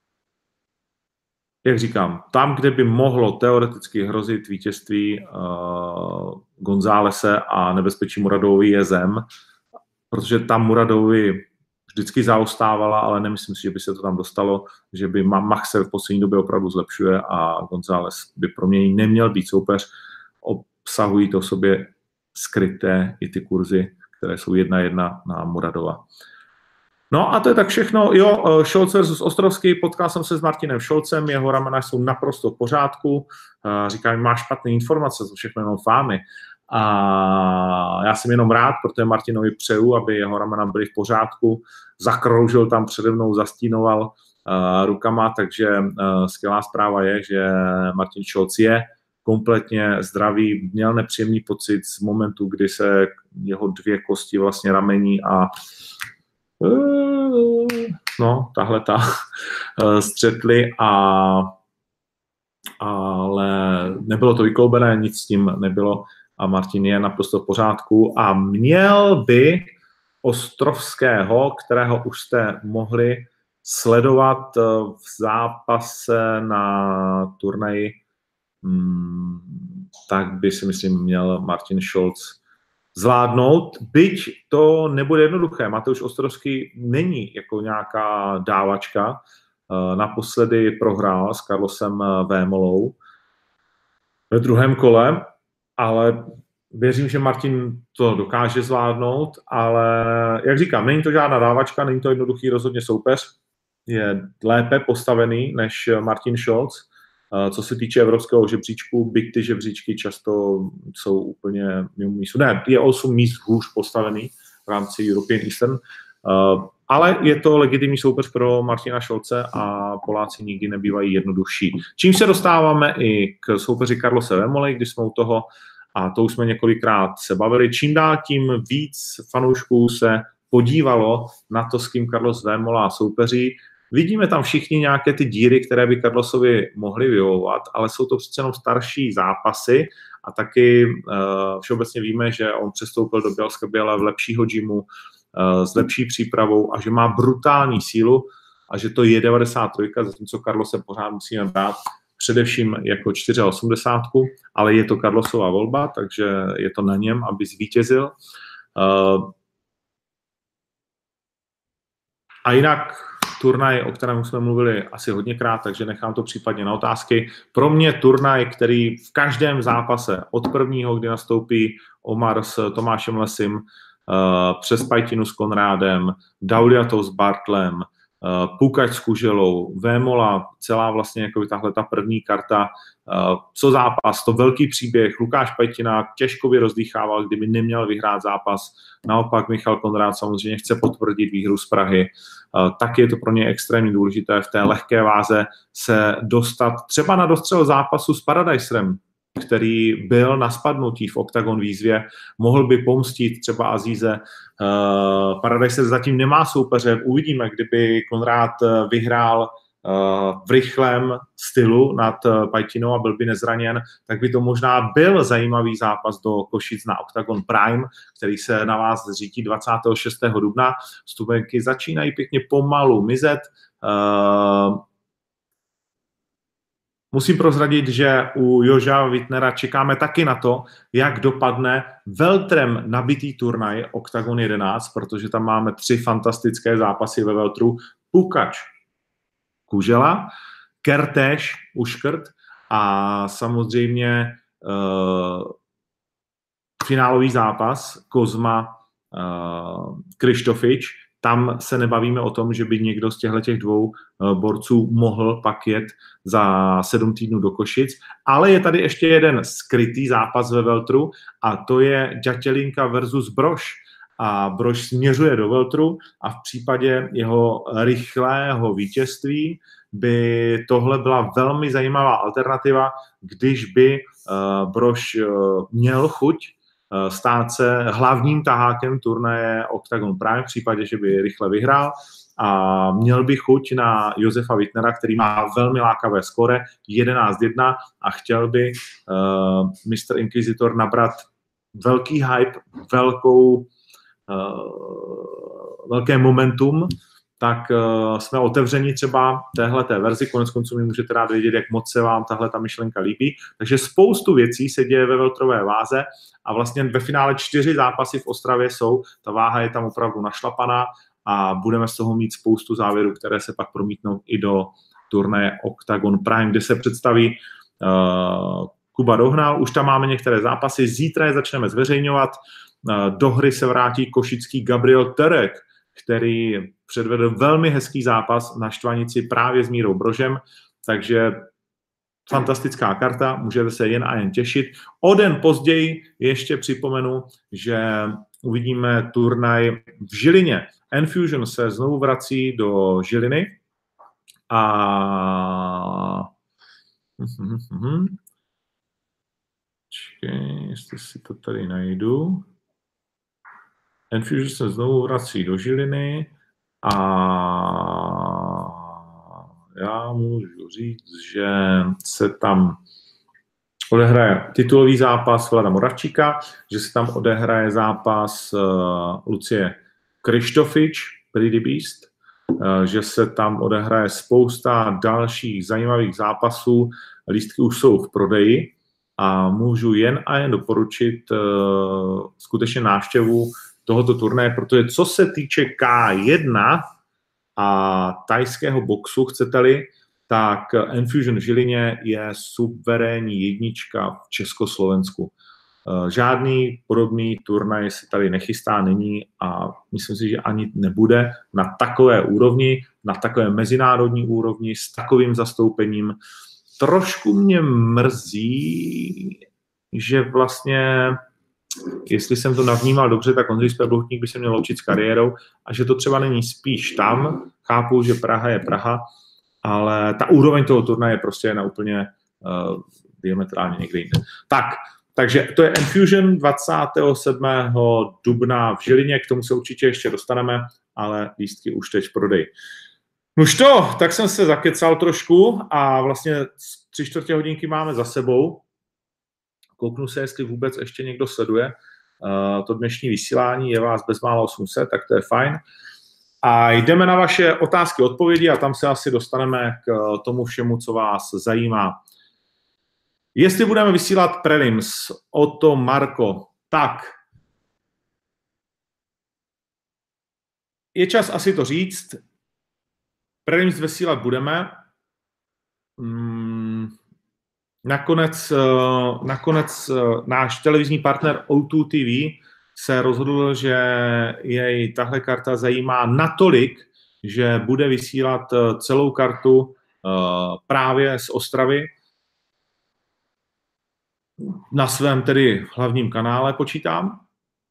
[SPEAKER 1] Jak říkám, tam, kde by mohlo teoreticky hrozit vítězství Gonzálese a nebezpečí Muradovovi, je zem, protože tam Muradovi vždycky zaostávala, ale nemyslím si, že by se to tam dostalo, že by Mach se v poslední době opravdu zlepšuje a González by pro mě neměl být soupeř. Obsahují to v sobě skryté i ty kurzy, které jsou 1-1 na Muradova. No a to je tak všechno. Jo, Scholz versus Ostrovský, potkal jsem se s Martinem Scholzem, jeho ramena jsou naprosto v pořádku. Říká mi, má špatné informace, to všechno jenom fámy. A já jsem jenom rád, protože Martinovi přeju, aby jeho ramena byly v pořádku. Zakroužil tam přede mnou, zastínoval rukama, takže skvělá zpráva je, že Martin Scholz je kompletně zdravý, měl nepříjemný pocit z momentu, kdy se jeho dvě kosti vlastně ramení a tahle střetly, ale nebylo to vykloubené, nic s tím nebylo a Martin je naprosto v pořádku a měl by Ostrovského, kterého už jste mohli sledovat v zápase na turnaji, tak by si myslím měl Martin Scholz zvládnout, byť to nebude jednoduché. Mateusz Ostrovský není jako nějaká dávačka. Naposledy prohrál s Carlosem Vémolou ve druhém kole, ale věřím, že Martin to dokáže zvládnout, ale jak říkám, není to žádná dávačka, není to jednoduchý rozhodně soupeř, je lépe postavený než Martin Scholz. Co se týče evropského žebříčku, byť ty žebříčky často jsou úplně mimo místu. Ne, je 8 míst hůř postavený v rámci European Eastern, ale je to legitimní soupeř pro Martina Scholze a Poláci nikdy nebývají jednodušší. Čím se dostáváme i k soupeři Carlose Vémoly, když jsme u toho, a to už jsme několikrát se bavili, čím dál tím víc fanoušků se podívalo na to, s kým Carlos Vémola soupeří. Vidíme tam všichni nějaké ty díry, které by Carlosovi mohly vyhovovat, ale jsou to přece jenom starší zápasy a taky všeobecně víme, že on přestoupil do Bělska Běle v lepšího gymu, s lepší přípravou a že má brutální sílu a že to je 93, zatímco Carlose pořád musíme brát především jako 4,80, ale je to Carlosova volba, takže je to na něm, aby zvítězil. A jinak turnaj, o kterém jsme mluvili asi hodněkrát, takže nechám to případně na otázky. Pro mě turnaj, který v každém zápase od prvního, kdy nastoupí Omar s Tomášem Lesim, přes Pajtinu s Konrádem, Dauliatou s Bartlem, Pukač s Kuželou, Vémola, celá vlastně jako tahle ta první karta, co zápas, to velký příběh, Lukáš Pajtina těžko by rozdýchával, kdyby neměl vyhrát zápas, naopak Michal Konrád samozřejmě chce potvrdit výhru z Prahy, tak je to pro ně extrémně důležité v té lehké váze se dostat třeba na dostřel zápasu s Paradiserem, který byl na spadnutí v Octagon výzvě, mohl by pomstit třeba Azíze. Paradiser zatím nemá soupeře, uvidíme, kdyby Konrád vyhrál v rychlém stylu nad Pajtinou a byl by nezraněn, tak by to možná byl zajímavý zápas do Košic na Octagon Prime, který se na vás zřítí 26. dubna. Vstupenky začínají pěkně pomalu mizet. musím prozradit, že u Joža Wittnera čekáme taky na to, jak dopadne veltrem nabitý turnaj Octagon 11, protože tam máme 3 fantastické zápasy ve veltru. Pukač, Kužela, Kertéš, Uškrt a samozřejmě finálový zápas Kozma, Krištofič. Tam se nebavíme o tom, že by někdo z těchto 2 borců mohl pak jet za 7 týdnů do Košic, ale je tady ještě jeden skrytý zápas ve veltru a to je Ďatelinka versus Brož. A Brož směřuje do veltru a v případě jeho rychlého vítězství by tohle byla velmi zajímavá alternativa, když by Brož měl chuť stát se hlavním tahákem turnaje Octagon Prime v případě, že by rychle vyhrál a měl by chuť na Josefa Wittnera, který má velmi lákavé skóre 11-1 a chtěl by Mr. Inquisitor nabrat velký hype, velké momentum, tak jsme otevřeni třeba téhleté verzi, koneckonců mi můžete rád vědět, jak moc se vám tahle ta myšlenka líbí. Takže spoustu věcí se děje ve veltrové váze a vlastně ve finále 4 zápasy v Ostravě jsou, ta váha je tam opravdu našlapaná a budeme z toho mít spoustu závěrů, které se pak promítnou i do turnaje Octagon Prime, kde se představí Kuba Dohnal, už tam máme některé zápasy, zítra je začneme zveřejňovat, do hry se vrátí košický Gabriel Terek, který předvedl velmi hezký zápas na Štvanici právě s Mírou Brožem, takže fantastická karta, můžete se jen a jen těšit. O den později ještě připomenu, že uvidíme turnaj v Žilině. Enfusion se znovu vrací do Žiliny a počkej, jestli si to tady najdu. Enfusion se znovu vrací do Žiliny a já můžu říct, že se tam odehraje titulový zápas Vlada Moravčíka, že se tam odehraje zápas Lucie Krištofič, Pretty Beast, že se tam odehraje spousta dalších zajímavých zápasů. Lístky už jsou v prodeji a můžu jen a jen doporučit skutečně návštěvu tohoto turnaje, protože co se týče K1 a tajského boxu, chcete-li, tak Enfusion v Žilině je suverénní jednička v Československu. Žádný podobný turnaj se tady nechystá, není a myslím si, že ani nebude na takové úrovni, na takové mezinárodní úrovni, s takovým zastoupením. Trošku mě mrzí, že vlastně, jestli jsem to navnímal dobře, tak Ondřej Spebluchník by se měl loučit s kariérou a že to třeba není spíš tam. Chápu, že Praha je Praha, ale ta úroveň toho turnaje prostě je na úplně diametrálně někde jinde. Takže to je Enfusion 27. dubna v Žilině, k tomu se určitě ještě dostaneme, ale lístky už teď v prodeji. Nož to, tak jsem se zakecal trošku a vlastně 3/4 hodinky máme za sebou. Kouknu se, jestli vůbec ještě někdo sleduje to dnešní vysílání, je vás bezmála 800, tak to je fajn. A jdeme na vaše otázky, odpovědi a tam se asi dostaneme k tomu všemu, co vás zajímá. Jestli budeme vysílat prelims, Otto, Marko, tak je čas asi to říct. Prelims vysílat budeme. Nakonec náš televizní partner O2 TV se rozhodl, že jej tahle karta zajímá natolik, že bude vysílat celou kartu právě z Ostravy na svém tedy hlavním kanále, počítám.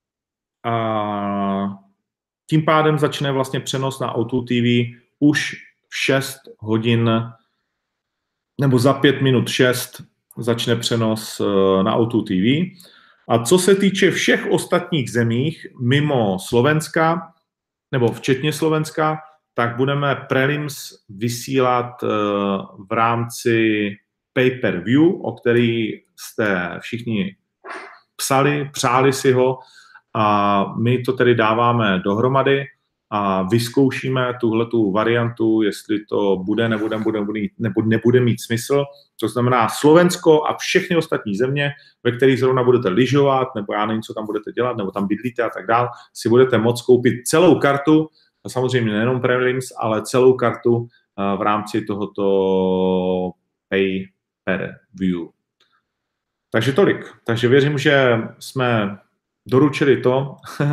[SPEAKER 1] A tím pádem začne vlastně přenos na O2 TV už v 6 hodin, nebo za 5 minut 6 začne přenos na O2 TV. A co se týče všech ostatních zemích mimo Slovenska, nebo včetně Slovenska, tak budeme prelims vysílat v rámci pay-per-view, o který jste všichni psali, přáli si ho a my to tedy dáváme dohromady a vyzkoušíme tuhletu variantu, jestli to bude, nebude mít smysl. To znamená Slovensko a všechny ostatní země, ve kterých zrovna budete lyžovat, nebo já nevím, co tam budete dělat, nebo tam bydlíte a tak dál, si budete moct koupit celou kartu, a samozřejmě nejenom prelims, ale celou kartu v rámci tohoto pay per view. Takže tolik. Takže věřím, že jsme doručili to,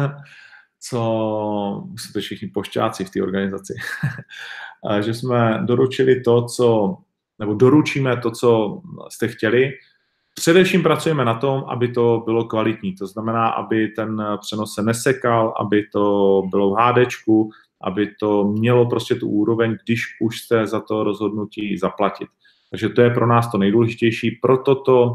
[SPEAKER 1] co jste všichni pošťáci v té organizaci, že jsme doručili to, nebo doručíme to, co jste chtěli. Především pracujeme na tom, aby to bylo kvalitní. To znamená, aby ten přenos se nesekal, aby to bylo v HDčku, aby to mělo prostě tu úroveň, když už jste za to rozhodnutí zaplatit. Takže to je pro nás to nejdůležitější, proto to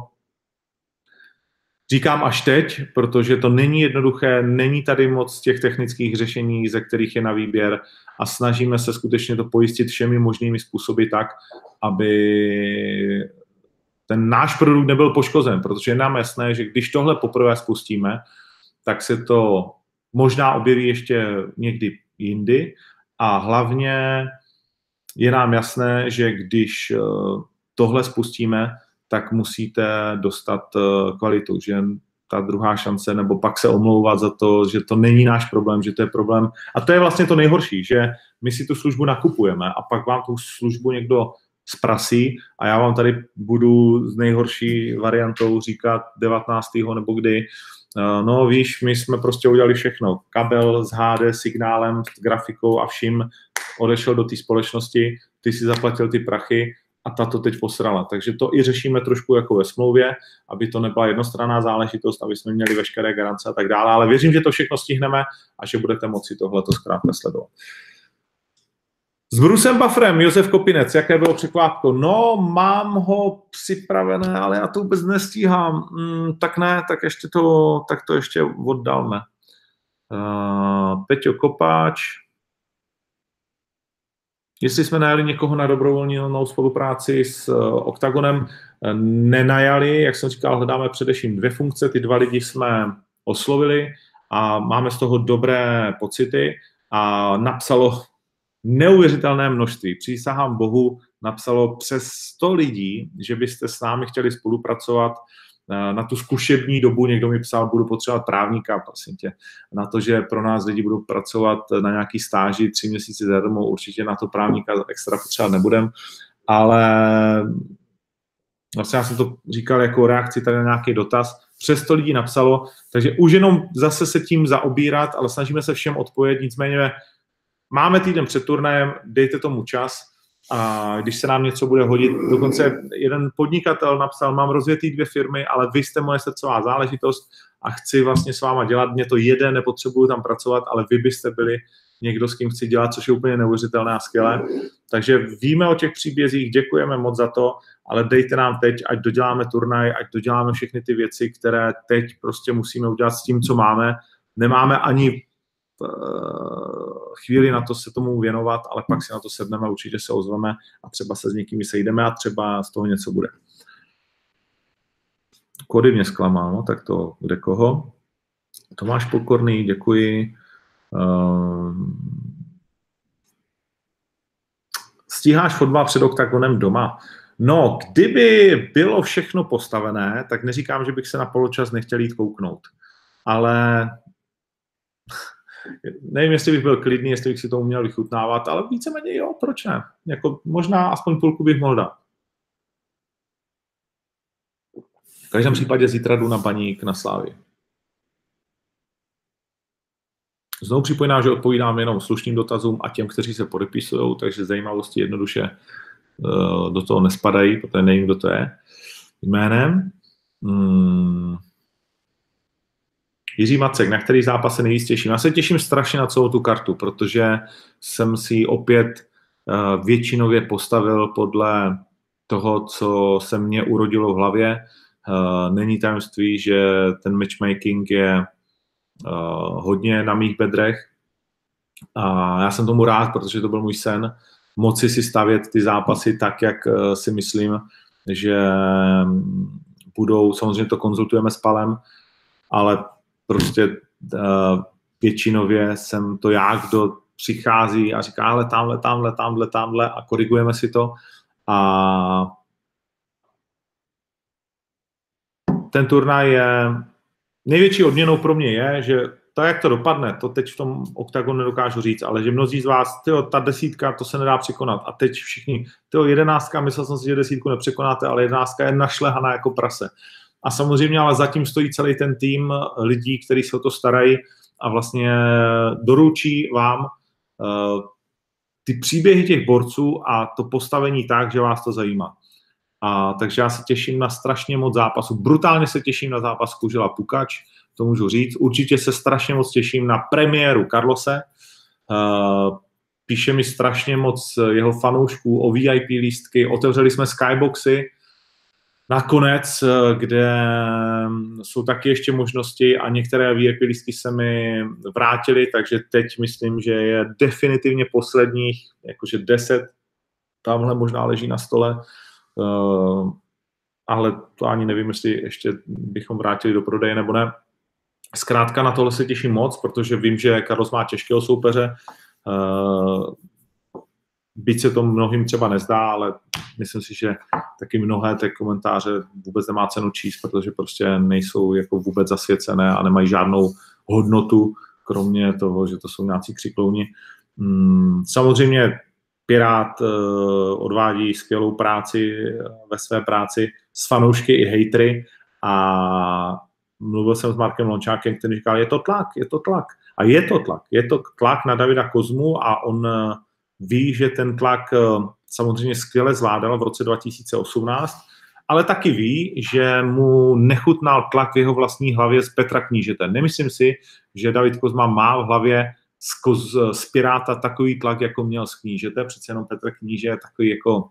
[SPEAKER 1] říkám až teď, protože to není jednoduché, není tady moc těch technických řešení, ze kterých je na výběr a snažíme se skutečně to pojistit všemi možnými způsoby tak, aby ten náš produkt nebyl poškozen, protože je nám jasné, že když tohle poprvé spustíme, tak se to možná objeví ještě někdy jindy a hlavně je nám jasné, že když tohle spustíme, tak musíte dostat kvalitu, že ta druhá šance, nebo pak se omlouvat za to, že to není náš problém, že to je problém. A to je vlastně to nejhorší, že my si tu službu nakupujeme a pak vám tu službu někdo zprasí a já vám tady budu s nejhorší variantou říkat 19. nebo kdy, no víš, my jsme prostě udělali všechno. Kabel s HD signálem, s grafikou a vším odešel do té společnosti, ty si zaplatil ty prachy a ta to teď posrala. Takže to i řešíme trošku jako ve smlouvě, aby to nebyla jednostranná záležitost, aby jsme měli veškeré garance a tak dále, ale věřím, že to všechno stihneme a že budete moci tohleto zkrátka sledovat. S Brusem Bufferem, Josef Kopinec, jaké bylo překvápko? No, mám ho připravené, ale já to vůbec nestíhám. Tak ne, tak to ještě oddalme. Peťo Kopáč. Jestli jsme najali někoho na dobrovolnou spolupráci s Octagonem, nenajali, jak jsem říkal, hledáme především 2 funkce, ty 2 lidi jsme oslovili a máme z toho dobré pocity a napsalo neuvěřitelné množství. Přísahám Bohu, napsalo přes 100 lidí, že byste s námi chtěli spolupracovat na tu zkušební dobu. Někdo mi psal, budu potřebovat právníka, prosím tě. Na to, že pro nás lidi budou pracovat na nějaký stáži 3 měsíce zadarmo, určitě na to právníka extra potřebovat nebudem, ale vlastně já jsem to říkal jako reakci tady na nějaký dotaz. Přes 100 lidí napsalo, takže už jenom zase se tím zaobírat, ale snažíme se všem odpovědět, nicméně máme týden před turnajem, dejte tomu čas a když se nám něco bude hodit, dokonce jeden podnikatel napsal, mám rozjetý 2 firmy, ale vy jste moje srdcová záležitost a chci vlastně s váma dělat, mě to jede, nepotřebuju tam pracovat, ale vy byste byli někdo, s kým chci dělat, což je úplně neuvěřitelné a skvělé. Takže víme o těch příbězích, děkujeme moc za to, ale dejte nám teď, ať doděláme turnaj, ať doděláme všechny ty věci, které teď prostě musíme udělat s tím, co máme. Nemáme ani chvíli na to se tomu věnovat, ale pak si na to sedneme, určitě se ozveme a třeba se s někými sejdeme a třeba z toho něco bude. Kody mě zklamal, no, tak to kde koho. Tomáš Pokorný, děkuji. Stíháš fotbal před Octagonem doma? No, kdyby bylo všechno postavené, tak neříkám, že bych se na poločas nechtěl jít kouknout. Ale nevím, jestli bych byl klidný, jestli bych si to uměl vychutnávat, ale víceméně jo, proč ne? Jako možná aspoň půlku bych mohl dát. V každém případě zítra jdu na Baník na Slávii. Znovu připomínám, že odpovídám jenom slušným dotazům a těm, kteří se podepisují, takže zajímavosti jednoduše do toho nespadají, protože nevím, kdo to je jménem. Jiří Macek, na který zápas se nejvíc těším? Já se těším strašně na celou tu kartu, protože jsem si ji opět většinově postavil podle toho, co se mně urodilo v hlavě. Není tajemství, že ten matchmaking je hodně na mých bedrech a já jsem tomu rád, protože to byl můj sen, moci si stavět ty zápasy tak, jak si myslím, že budou, samozřejmě to konzultujeme s Palem, ale prostě většinově jsem to já, kdo přichází a říká, ale tamhle a korigujeme si to. A ten turnaj je, největší odměnou pro mě je, že to, jak to dopadne, to teď v tom oktagonu nedokážu říct, ale že mnozí z vás, ta 10, to se nedá překonat. A teď všichni, 11, myslel jsem si, že 10 nepřekonáte, ale 11 je našlehaná jako prase. A samozřejmě, ale zatím stojí celý ten tým lidí, kteří se o to starají a vlastně doručí vám ty příběhy těch borců a to postavení tak, že vás to zajímá. A takže já se těším na strašně moc zápasů. Brutálně se těším na zápas Kužela Pukač, to můžu říct. Určitě se strašně moc těším na premiéru Carlose. Píše mi strašně moc jeho fanoušků o VIP lístky. Otevřeli jsme skyboxy nakonec, kde jsou taky ještě možnosti a některé VIP lístky se mi vrátily, takže teď myslím, že je definitivně posledních, jakože 10, tamhle možná leží na stole, ale to ani nevím, jestli ještě bychom vrátili do prodeje nebo ne. Zkrátka na tohle se těším moc, protože vím, že Carlos má těžkého soupeře, byť se to mnohým třeba nezdá, ale myslím si, že taky mnohé ty komentáře vůbec nemá cenu číst, protože prostě nejsou jako vůbec zasvěcené a nemají žádnou hodnotu, kromě toho, že to jsou nějací křiklouni. Samozřejmě Pirát odvádí skvělou práci ve své práci s fanoušky i hejtry a mluvil jsem s Markem Lončákem, který říkal, je to tlak. A je to tlak na Davida Kozmu a on ví, že ten tlak samozřejmě skvěle zvládal v roce 2018, ale taky ví, že mu nechutnal tlak v jeho vlastní hlavě z Petra Knížete. Nemyslím si, že David Kozma má v hlavě z Piráta takový tlak, jako měl z Knížete. Přece jenom Petr Kníže je takový jako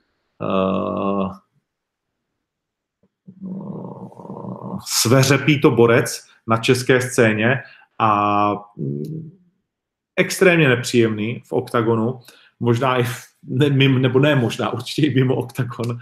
[SPEAKER 1] sveřepý to borec na české scéně a extrémně nepříjemný v oktagonu, možná i nebo ne možná, určitě i mimo oktagon.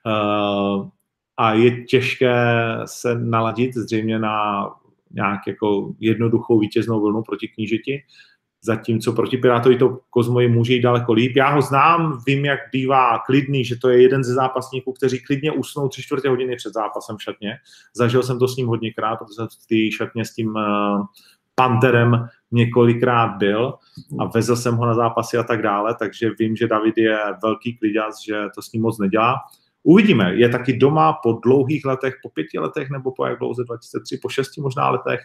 [SPEAKER 1] A je těžké se naladit zřejmě na nějak jako jednoduchou vítěznou vlnu proti Knížeti, zatímco proti Pirátovi to Kozmovi může jít daleko líp. Já ho znám, vím, jak bývá klidný, že to je jeden ze zápasníků, kteří klidně usnou 3/4 hodiny před zápasem v šatně. Zažil jsem to s ním hodněkrát, protože jsem v té šatně s tím Panterem několikrát byl a vezl jsem ho na zápasy a tak dále, takže vím, že David je velký kliďas, že to s ním moc nedělá. Uvidíme, je taky doma po dlouhých letech, po 5 letech nebo po jak dlouze, 2003, po 6 možná letech.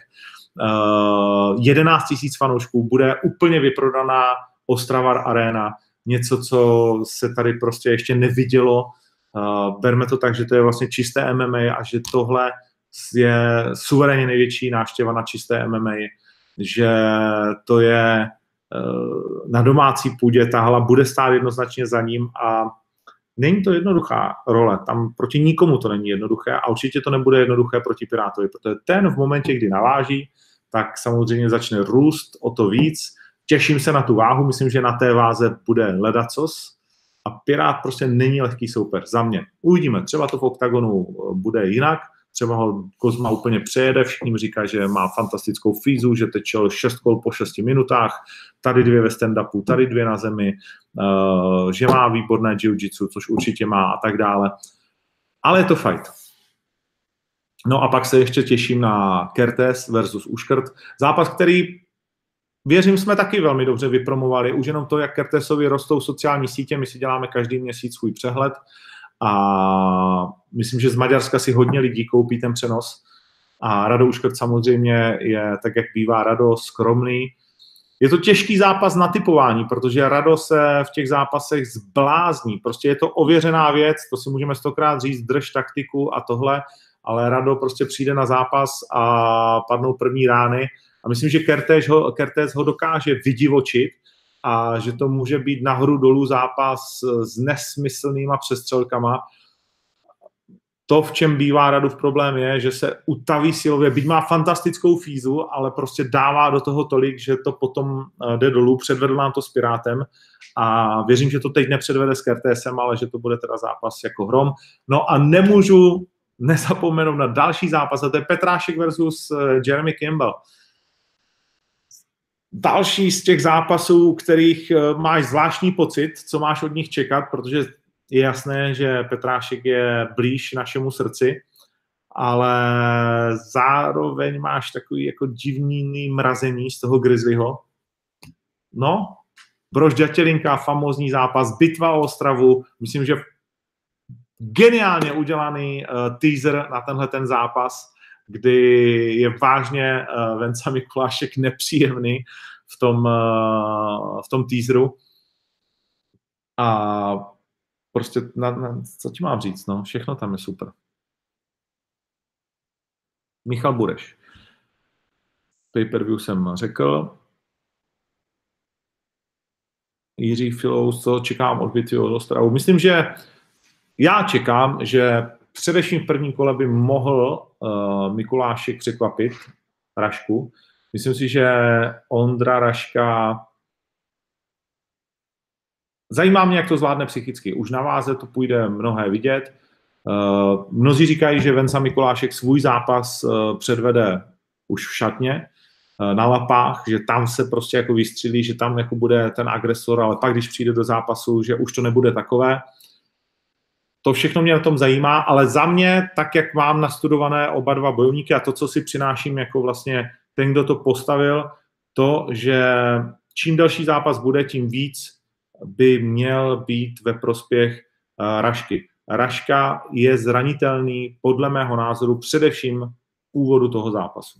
[SPEAKER 1] 11 000 fanoušků, bude úplně vyprodaná Ostravar Arena, něco, co se tady prostě ještě nevidělo. Berme to tak, že to je vlastně čisté MMA a že tohle je suverénně největší návštěva na čisté MMA, že to je na domácí půdě, ta hala bude stát jednoznačně za ním a není to jednoduchá role, tam proti nikomu to není jednoduché a určitě to nebude jednoduché proti Pirátovi, protože ten v momentě, kdy naváží, tak samozřejmě začne růst o to víc. Těším se na tu váhu, myslím, že na té váze bude ledacos a Pirát prostě není lehký soupeř za mě. Uvidíme, třeba to v oktagonu bude jinak, třeba ho Kozma úplně přejede, všichni říkají, že má fantastickou fízu, že tečel 6 kol po 6 minutách, tady 2 ve stand-upu, tady 2 na zemi, že má výborné jiu-jitsu, což určitě má a tak dále. Ale je to fight. No a pak se ještě těším na Kertész versus Uškrt. Zápas, který, věřím, jsme taky velmi dobře vypromovali. Už jenom to, jak Kertésovi rostou sociální sítě, my si děláme každý měsíc svůj přehled a myslím, že z Maďarska si hodně lidí koupí ten přenos. A Rado Uškrt samozřejmě je, tak jak bývá Rado, skromný. Je to těžký zápas na typování, protože Rado se v těch zápasech zblázní. Prostě je to ověřená věc, to si můžeme 100krát říct, drž taktiku a tohle, ale Rado prostě přijde na zápas a padnou první rány. A myslím, že Kertész ho dokáže vydivočit a že to může být nahoru dolů zápas s nesmyslnýma přestřelkama. To, v čem bývá Radův problém, je, že se utaví silově, byť má fantastickou fízu, ale prostě dává do toho tolik, že to potom jde dolů. Předvedl nám to s Pirátem a věřím, že to teď nepředvede s Kertészem, ale že to bude teda zápas jako hrom. No a nemůžu nezapomenout na další zápas, a to je Petrášek versus Jeremy Campbell. Další z těch zápasů, kterých máš zvláštní pocit, co máš od nich čekat, protože je jasné, že Petrášek je blíž našemu srdci, ale zároveň máš takový jako divný mrazení z toho Grizzlyho. No, Brož Ďatelinka, famózní zápas, bitva o Ostravu, myslím, že geniálně udělaný teaser na tenhle ten zápas, kdy je vážně Venca Mikulášek nepříjemný v tom teaseru. A prostě, co ti mám říct, no, všechno tam je super. Michal Bureš. Pay-per-view jsem řekl. Jiří Filous, co čekám od bitvy od Ostravu. Myslím, že já čekám, že především v prvním kole by mohl Mikulášek překvapit Rašku. Myslím si, že Ondra Raška zajímá mě, jak to zvládne psychicky. Už na váze to půjde mnohé vidět. Mnozí říkají, že Venca Mikulášek svůj zápas předvede už v šatně, na lapách, že tam se prostě jako vystřílí, že tam jako bude ten agresor, ale pak, když přijde do zápasu, že už to nebude takové. To všechno mě na tom zajímá, ale za mě, tak jak mám nastudované oba dva bojovníky a to, co si přináším jako vlastně ten, kdo to postavil, to, že čím delší zápas bude, tím víc by měl být ve prospěch Rašky. Raška je zranitelný, podle mého názoru, především v úvodu toho zápasu.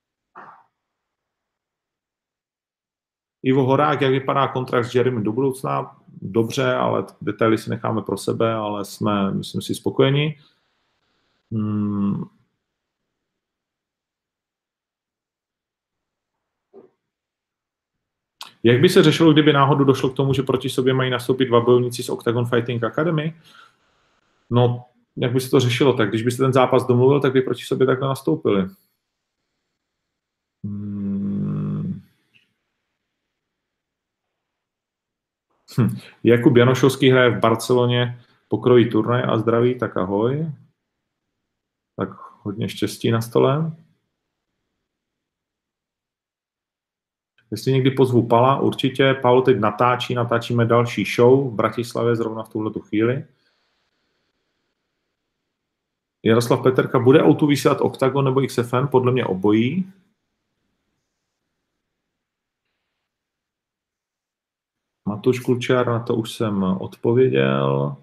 [SPEAKER 1] Ivo Horák, jak vypadá kontrakt s Jeremy do budoucna? Dobře, ale detaily si necháme pro sebe, ale jsme, myslím si, spokojeni. Jak by se řešilo, kdyby náhodou došlo k tomu, že proti sobě mají nastoupit dva bojovníci z Octagon Fighting Academy? No, jak by se to řešilo? Tak když by se ten zápas domluvil, tak by proti sobě takhle nastoupili. Jakub Janošovský hraje v Barceloně pokrojí turnaj a zdraví, tak ahoj. Tak hodně štěstí na stole. Jestli někdy pozvu Pala, určitě. Paul teď natáčíme další show v Bratislavě zrovna v tuhletu chvíli. Jaroslav Peterka, bude O2 vysílat Octagon nebo XFN? Podle mě obojí. Matuš Klučár, na to už jsem odpověděl.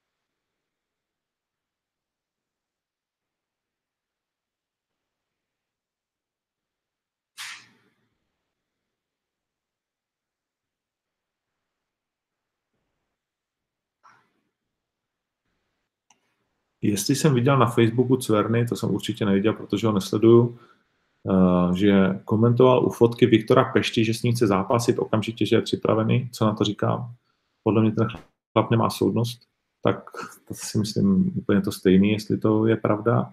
[SPEAKER 1] Jestli jsem viděl na Facebooku Cverny, to jsem určitě neviděl, protože ho nesleduju, že komentoval u fotky Viktora Pešti, že s ním chce zápasit okamžitě, že je připravený. Co na to říkám? Podle mě ten chlap nemá soudnost. Tak to si myslím úplně to stejný, jestli to je pravda.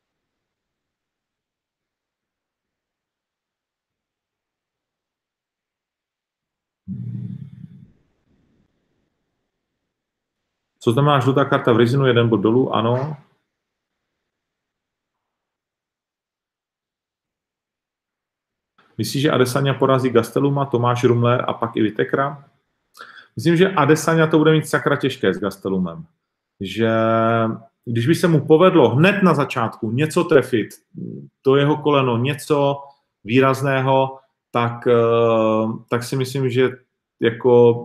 [SPEAKER 1] Co znamená žlutá karta v Rizinu, jeden bod dolů? Ano. Myslíš, že Adesanya porazí Gasteluma, Tomáš Rumler a pak i Vitekra? Myslím, že Adesanya to bude mít sakra těžké s Gastelumem. Že když by se mu povedlo hned na začátku něco trefit, to jeho koleno, něco výrazného, tak si myslím, že jako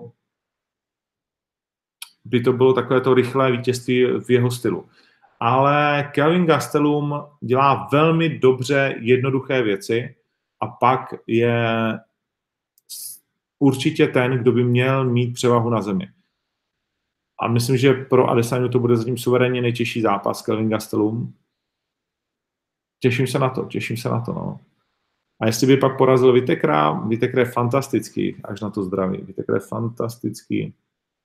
[SPEAKER 1] by to bylo takové to rychlé vítězství v jeho stylu. Ale Kelvin Gastelum dělá velmi dobře jednoduché věci a pak je určitě ten, kdo by měl mít převahu na zemi. A myslím, že pro Adesanyu to bude zatím suverénně nejtěžší zápas Kelvin Gastelum. Těším se na to, no. A jestli by pak porazil Vitekra, Vitekra je fantastický, až na to zdraví. Vitekra je fantastický.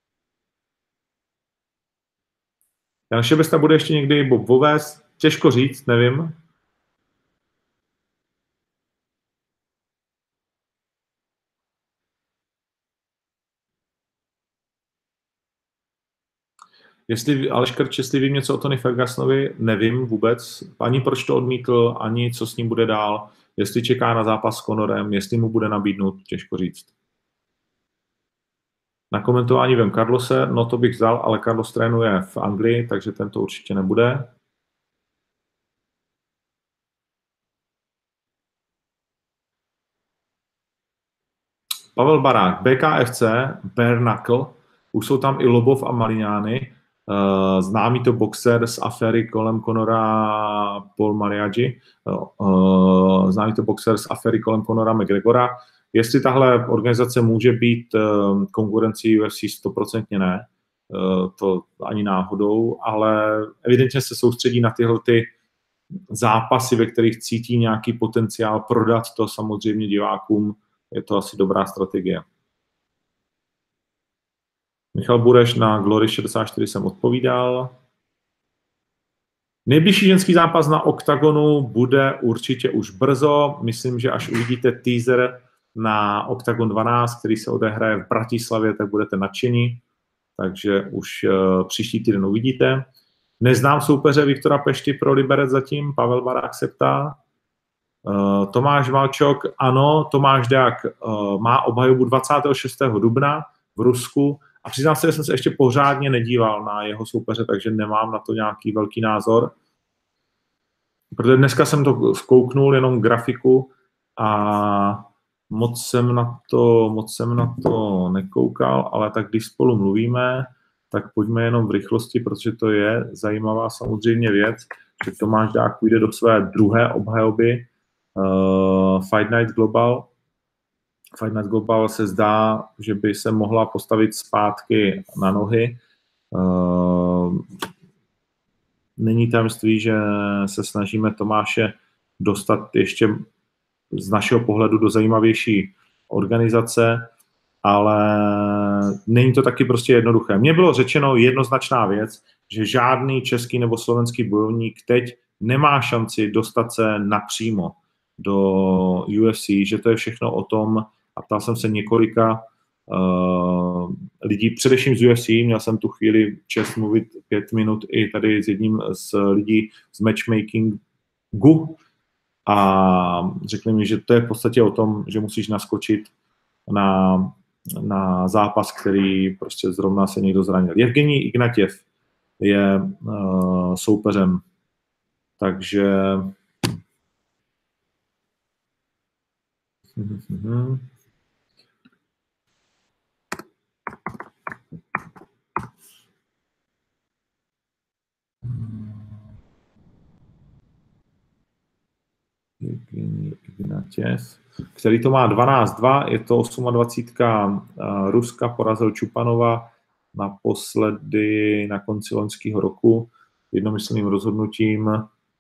[SPEAKER 1] Jan Šebesta bude ještě někdy Bob Voves? Těžko říct, nevím. Aleš Krč, jestli vím něco o Tony Fergusonovi, nevím vůbec. Ani proč to odmítl, ani co s ním bude dál. jestli čeká na zápas s Conorem, jestli mu bude nabídnut, těžko říct. Na komentování vem Carlose, no to bych vzal, ale Carlos trénuje v Anglii, takže ten to určitě nebude. Pavel Barák, BKFC, Bare Knuckle, už jsou tam i Lobov a Marignani, známý to boxer z aféry kolem Conora Paul Mariaggi, známý to boxer z aféry kolem Conora McGregora. Jestli tahle organizace může být konkurencí UFC, 100% ne, to ani náhodou, ale evidentně se soustředí na tyhle ty zápasy, ve kterých cítí nějaký potenciál prodat to samozřejmě divákům. Je to asi dobrá strategie. Michal Bureš na Glory 64 jsem odpovídal. Nejbližší ženský zápas na Octagonu bude určitě už brzo. Myslím, že až uvidíte teaser na Octagon 12, který se odehraje v Bratislavě, tak budete nadšení. Takže už příští týden uvidíte. Neznám soupeře Viktora Pešty pro Liberec zatím, Pavel Barák se ptá. Tomáš Valčok, ano, Tomáš Deák má obhajobu 26. dubna v Rusku a přiznám se, že jsem se ještě pořádně nedíval na jeho soupeře, takže nemám na to nějaký velký názor. Protože dneska jsem to zkouknul, jenom grafiku a moc jsem na to nekoukal, ale tak když spolu mluvíme, tak pojďme jenom v rychlosti, protože to je zajímavá samozřejmě věc, že Tomáš Deák půjde do své druhé obhajoby Fight Night Global. Fight Night Global se zdá, že by se mohla postavit zpátky na nohy. Není tajemství, že se snažíme Tomáše dostat ještě z našeho pohledu do zajímavější organizace, ale není to taky prostě jednoduché. Mně bylo řečeno jednoznačná věc, že žádný český nebo slovenský bojovník teď nemá šanci dostat se napřímo do UFC, že to je všechno o tom, a ptal jsem se několika lidí, především z UFC, měl jsem tu chvíli čest mluvit 5 minut i tady s jedním z lidí z matchmakingu a řekli mi, že to je v podstatě o tom, že musíš naskočit na zápas, který prostě zrovna se někdo zranil. Evgenij Ignatěv je soupeřem, takže Ignatěv, který to má 12-2, je to 28. Ruska, porazil Čupanova naposledy na konci loňského roku jednomyslným rozhodnutím.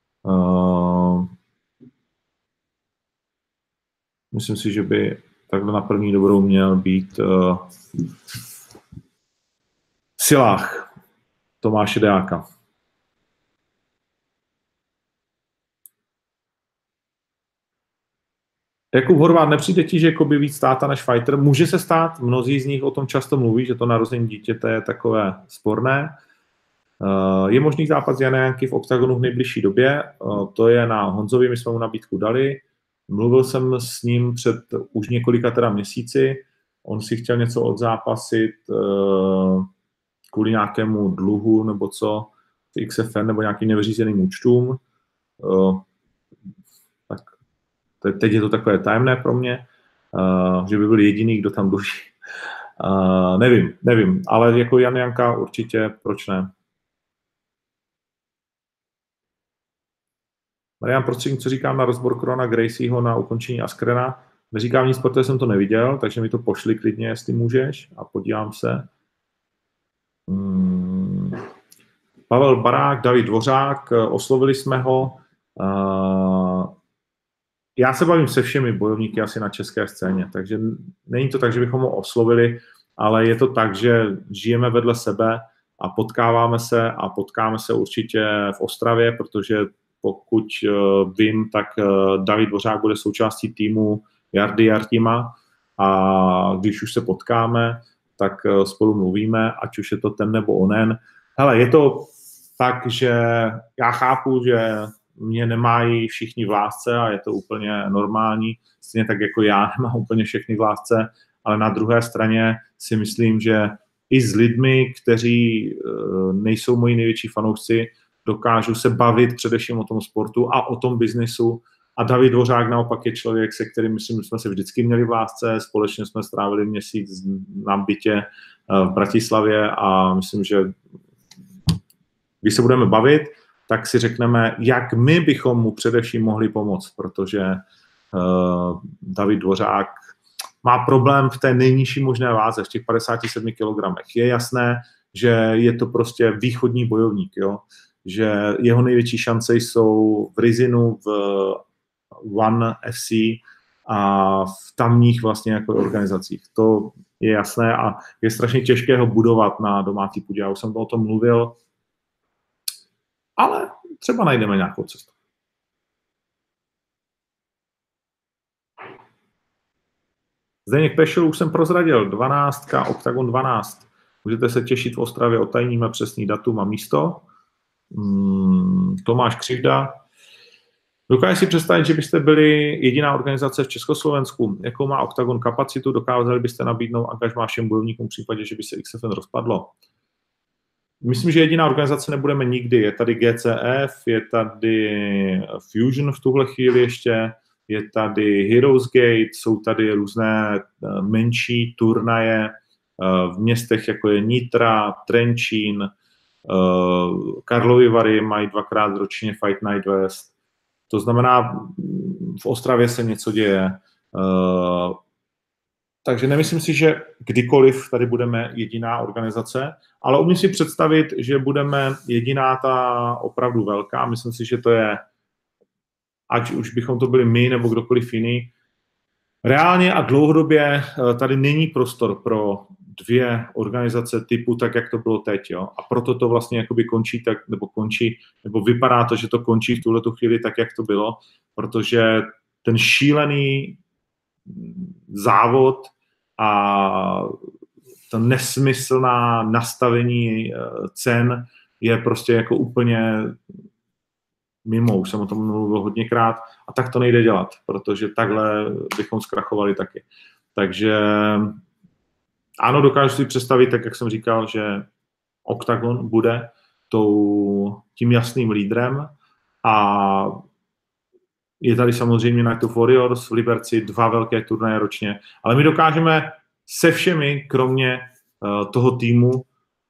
[SPEAKER 1] Myslím si, že by takhle na první dobrou měl být v silách Tomáše Deáka. Jakub Horváth, nepřijde ti, že Kobe víc táta než fighter? Může se stát, mnozí z nich o tom často mluví, že to narození dítěte je takové sporné. Je možný zápas Jana Janky v Octagonu v nejbližší době, to je na Honzovi, my jsme mu nabídku dali. Mluvil jsem s ním před už několika měsíci, on si chtěl něco odzápasit kvůli nějakému dluhu nebo co, XFN nebo nějakým nevyřízeným účtům. Tak teď je to takové tajemné pro mě, že by byl jediný, kdo tam dluží. Nevím, ale jako Jan Janka určitě, proč ne. Marian prostředník, co říkám na rozbor Krona Gracieho na ukončení Askrena. Neříkám nic, protože jsem to neviděl, takže mi to pošli klidně, jestli můžeš, a podívám se. Pavel Barák, David Dvořák, oslovili jsme ho. Já se bavím se všemi bojovníky asi na české scéně, takže není to tak, že bychom ho oslovili, ale je to tak, že žijeme vedle sebe a potkáme se určitě v Ostravě, protože pokud vím, tak David Dvořák bude součástí týmu Jardy Jartima a když už se potkáme, tak spolu mluvíme, ať už je to ten nebo onen. Hele, je to tak, že já chápu, že mě nemají všichni v lásce a je to úplně normální, stejně tak jako já nemám úplně všechny v lásce, ale na druhé straně si myslím, že i s lidmi, kteří nejsou moji největší fanoušci, dokážu se bavit především o tom sportu a o tom biznisu. A David Dvořák naopak je člověk, se kterým myslím, že jsme se vždycky měli v lásce. Společně jsme strávili měsíc na bytě v Bratislavě a myslím, že když se budeme bavit, tak si řekneme, jak my bychom mu především mohli pomoct, protože David Dvořák má problém v té nejnižší možné váze, v těch 57 kg. Je jasné, že je to prostě východní bojovník, jo? Že jeho největší šance jsou v Rizinu, v One FC a v tamních vlastně jako organizacích. To je jasné a je strašně těžké ho budovat na domácí půdě. Já už jsem o tom mluvil, ale třeba najdeme nějakou cestu. Zdeněk Pešel už jsem prozradil, 12, Octagon 12. Můžete se těšit v Ostravě, otajníme přesný datum a místo. Tomáš Křivda. Dokážu si představit, že byste byli jediná organizace v Československu. Jakou má Octagon kapacitu? Dokázali byste nabídnout angažmá všem bojovníkům v případě, že by se XFN rozpadlo? Myslím, že jediná organizace nebudeme nikdy. Je tady GCF, je tady Fusion v tuhle chvíli ještě, je tady Heroes Gate, jsou tady různé menší turnaje v městech, jako je Nitra, Trenčín, Karlovy Vary mají 2krát ročně Fight Night West. To znamená, v Ostravě se něco děje. Takže nemyslím si, že kdykoliv tady budeme jediná organizace, ale umím si představit, že budeme jediná ta opravdu velká. Myslím si, že to je, ať už bychom to byli my nebo kdokoliv jiný, reálně a dlouhodobě tady není prostor pro dvě organizace typu tak, jak to bylo teď. Jo? A proto to vlastně jakoby končí, nebo vypadá to, že to končí v tuhletu chvíli tak, jak to bylo, protože ten šílený závod a to nesmyslná nastavení cen je prostě jako úplně mimo, už jsem o tom mluvil hodněkrát a tak to nejde dělat, protože takhle bychom zkrachovali taky. Takže ano, dokážu si představit, tak jak jsem říkal, že Octagon bude tím jasným lídrem a je tady samozřejmě Night of Warriors v Liberci, 2 velké turnaje ročně, ale my dokážeme se všemi, kromě toho týmu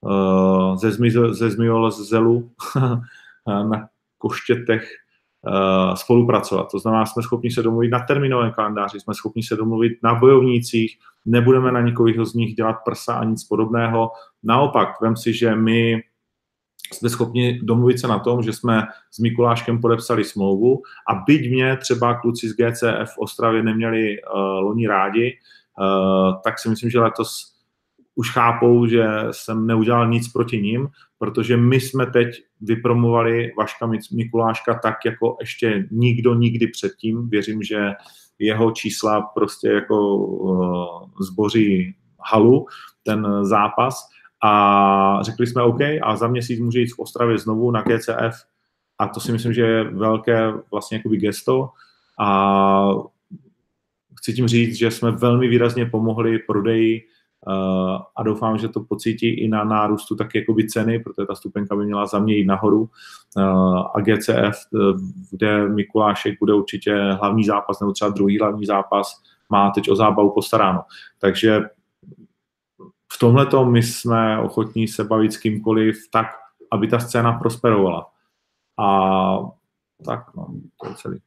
[SPEAKER 1] ze Zmiol z Zelu na Koštětech spolupracovat. To znamená, jsme schopni se domluvit na termínovém kalendáři, jsme schopni se domluvit na bojovnících, nebudeme na nikoho z nich dělat prsa a nic podobného. Naopak, vem si, že my jsme schopni domluvit se na tom, že jsme s Mikuláškem podepsali smlouvu a byť mě třeba kluci z GCF v Ostravě neměli loni rádi, tak si myslím, že letos už chápou, že jsem neudělal nic proti ním, protože my jsme teď vypromovali Vaška Mikuláška tak, jako ještě nikdo nikdy předtím. Věřím, že jeho čísla prostě jako zboří halu, ten zápas. A řekli jsme OK, a za měsíc může jít v Ostravě znovu na GCF a to si myslím, že je velké vlastně jakoby gesto a chci tím říct, že jsme velmi výrazně pomohli prodeji a doufám, že to pocítí i na nárůstu taky jakoby ceny, protože ta stupenka by měla za mě jít nahoru a GCF, kde Mikulášek bude určitě hlavní zápas nebo třeba druhý hlavní zápas, má teď o zábavu postaráno. Takže v tomhletom my jsme ochotní se bavit s kýmkoliv tak, aby ta scéna prosperovala. A tak, no, to je celý.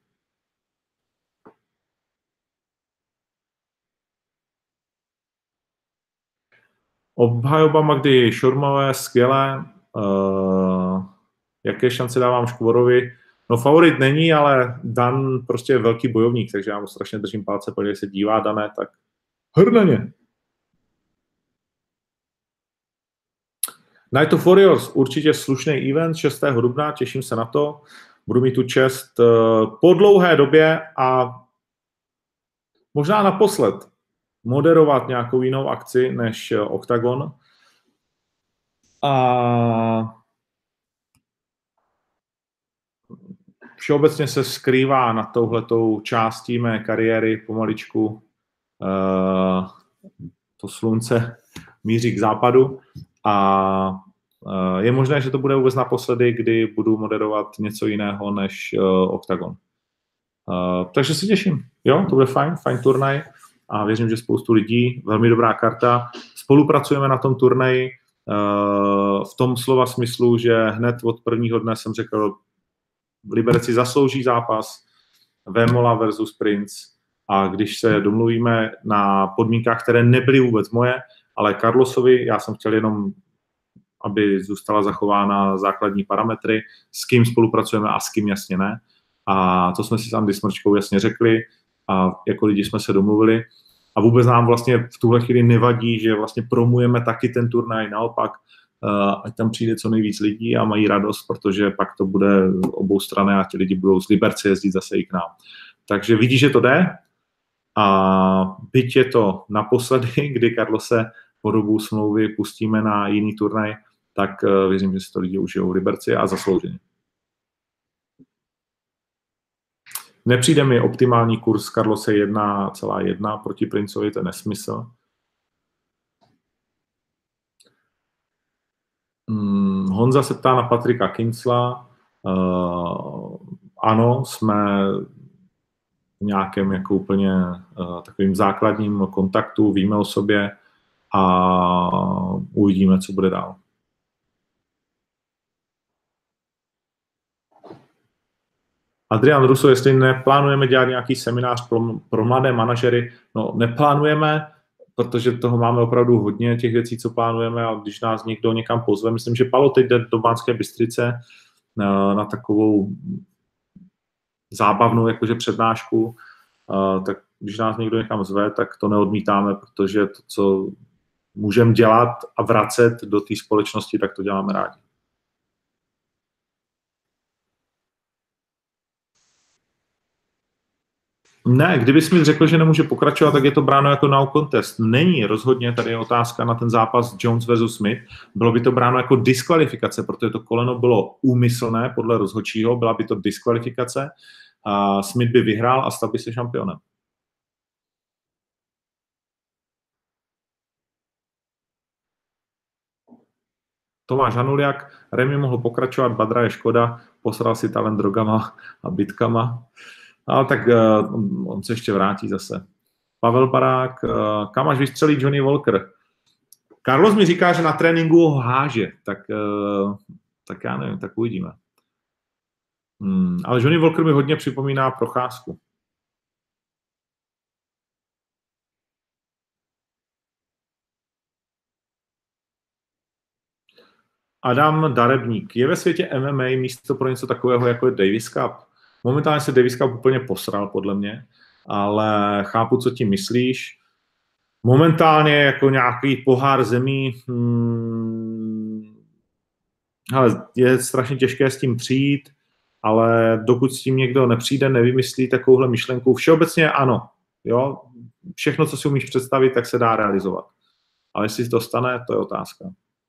[SPEAKER 1] Obhajoba Magdy Šurmové, skvělé. Jaké šance dávám Škvorovi? No favorit není, ale Dan prostě je velký bojovník, takže já mu strašně držím palce, protože se dívá Dané, tak hrdaně. Night of Warriors, určitě slušný event 6. dubna, těším se na to. Budu mít tu čest po dlouhé době a možná naposled moderovat nějakou jinou akci než Octagon. A všeobecně se skrývá nad touhletou částí mé kariéry pomaličku to slunce míří k západu a je možné, že to bude vůbec naposledy, kdy budu moderovat něco jiného než Octagon. Takže se těším. Jo, to bude fajn turnaj a věřím, že spoustu lidí, velmi dobrá karta. Spolupracujeme na tom turnaji v tom slova smyslu, že hned od prvního dne jsem řekl, Liberci zaslouží zápas, Vémola versus Prince a když se domluvíme na podmínkách, které nebyly vůbec moje, ale Carlosovi, já jsem chtěl jenom, aby zůstala zachována základní parametry, s kým spolupracujeme a s kým jasně ne. A to jsme si s Andy Smrčkou jasně řekli a jako lidi jsme se domluvili. A vůbec nám vlastně v tuhle chvíli nevadí, že vlastně promujeme taky ten turnaj, naopak, ať tam přijde co nejvíc lidí a mají radost, protože pak to bude oboustranné a ti lidi budou z Liberce jezdit zase i k nám. Takže vidí, že to jde a byť je to naposledy, kdy Carlose po dobu smlouvy pustíme na jiný turnaj, tak věřím, že si to lidi užijou v Liberci a zaslouženě. Nepřijde mi optimální kurz Carlose 1,1 proti Princovi, to je nesmysl. Honza se ptá na Patrika Kincla. Ano, jsme v nějakém jako úplně takovým základním kontaktu, víme o sobě a uvidíme, co bude dál. Adrian Russo, jestli neplánujeme dělat nějaký seminář pro mladé manažery, no neplánujeme, protože toho máme opravdu hodně těch věcí, co plánujeme a když nás někdo někam pozve, myslím, že Palo teď jde do Banské Bystrice na takovou zábavnou jakože přednášku, tak když nás někdo někam zve, tak to neodmítáme, protože to, co můžeme dělat a vracet do té společnosti, tak to děláme rádi. Ne, kdybys mi řekl, že nemůže pokračovat, tak je to bráno jako no contest. Není, rozhodně, tady je otázka na ten zápas Jones versus Smith. Bylo by to bráno jako diskvalifikace, protože to koleno bylo úmyslné podle rozhodčího, byla by to diskvalifikace. A Smith by vyhrál a stal by se šampionem. Tomáš Hanuliak, Remy mohl pokračovat, Badra je škoda, posral si talent drogama a bitkama. Ale tak on se ještě vrátí zase. Pavel Barák, kam až vystřelí Johnny Walker? Carlos mi říká, že na tréninku ho háže, tak já nevím, tak uvidíme. Ale Johnny Walker mi hodně připomíná Procházku. Adam Darebník. Je ve světě MMA místo pro něco takového, jako je Davis Cup? Momentálně se Davis Cup úplně posral, podle mě, ale chápu, co tím myslíš. Momentálně jako nějaký pohár zemí, ale je strašně těžké s tím přijít, ale dokud s tím někdo nepřijde, nevymyslí takovouhle myšlenku, všeobecně ano, jo, všechno, co si umíš představit, tak se dá realizovat. Ale jestli to stane, to je otázka.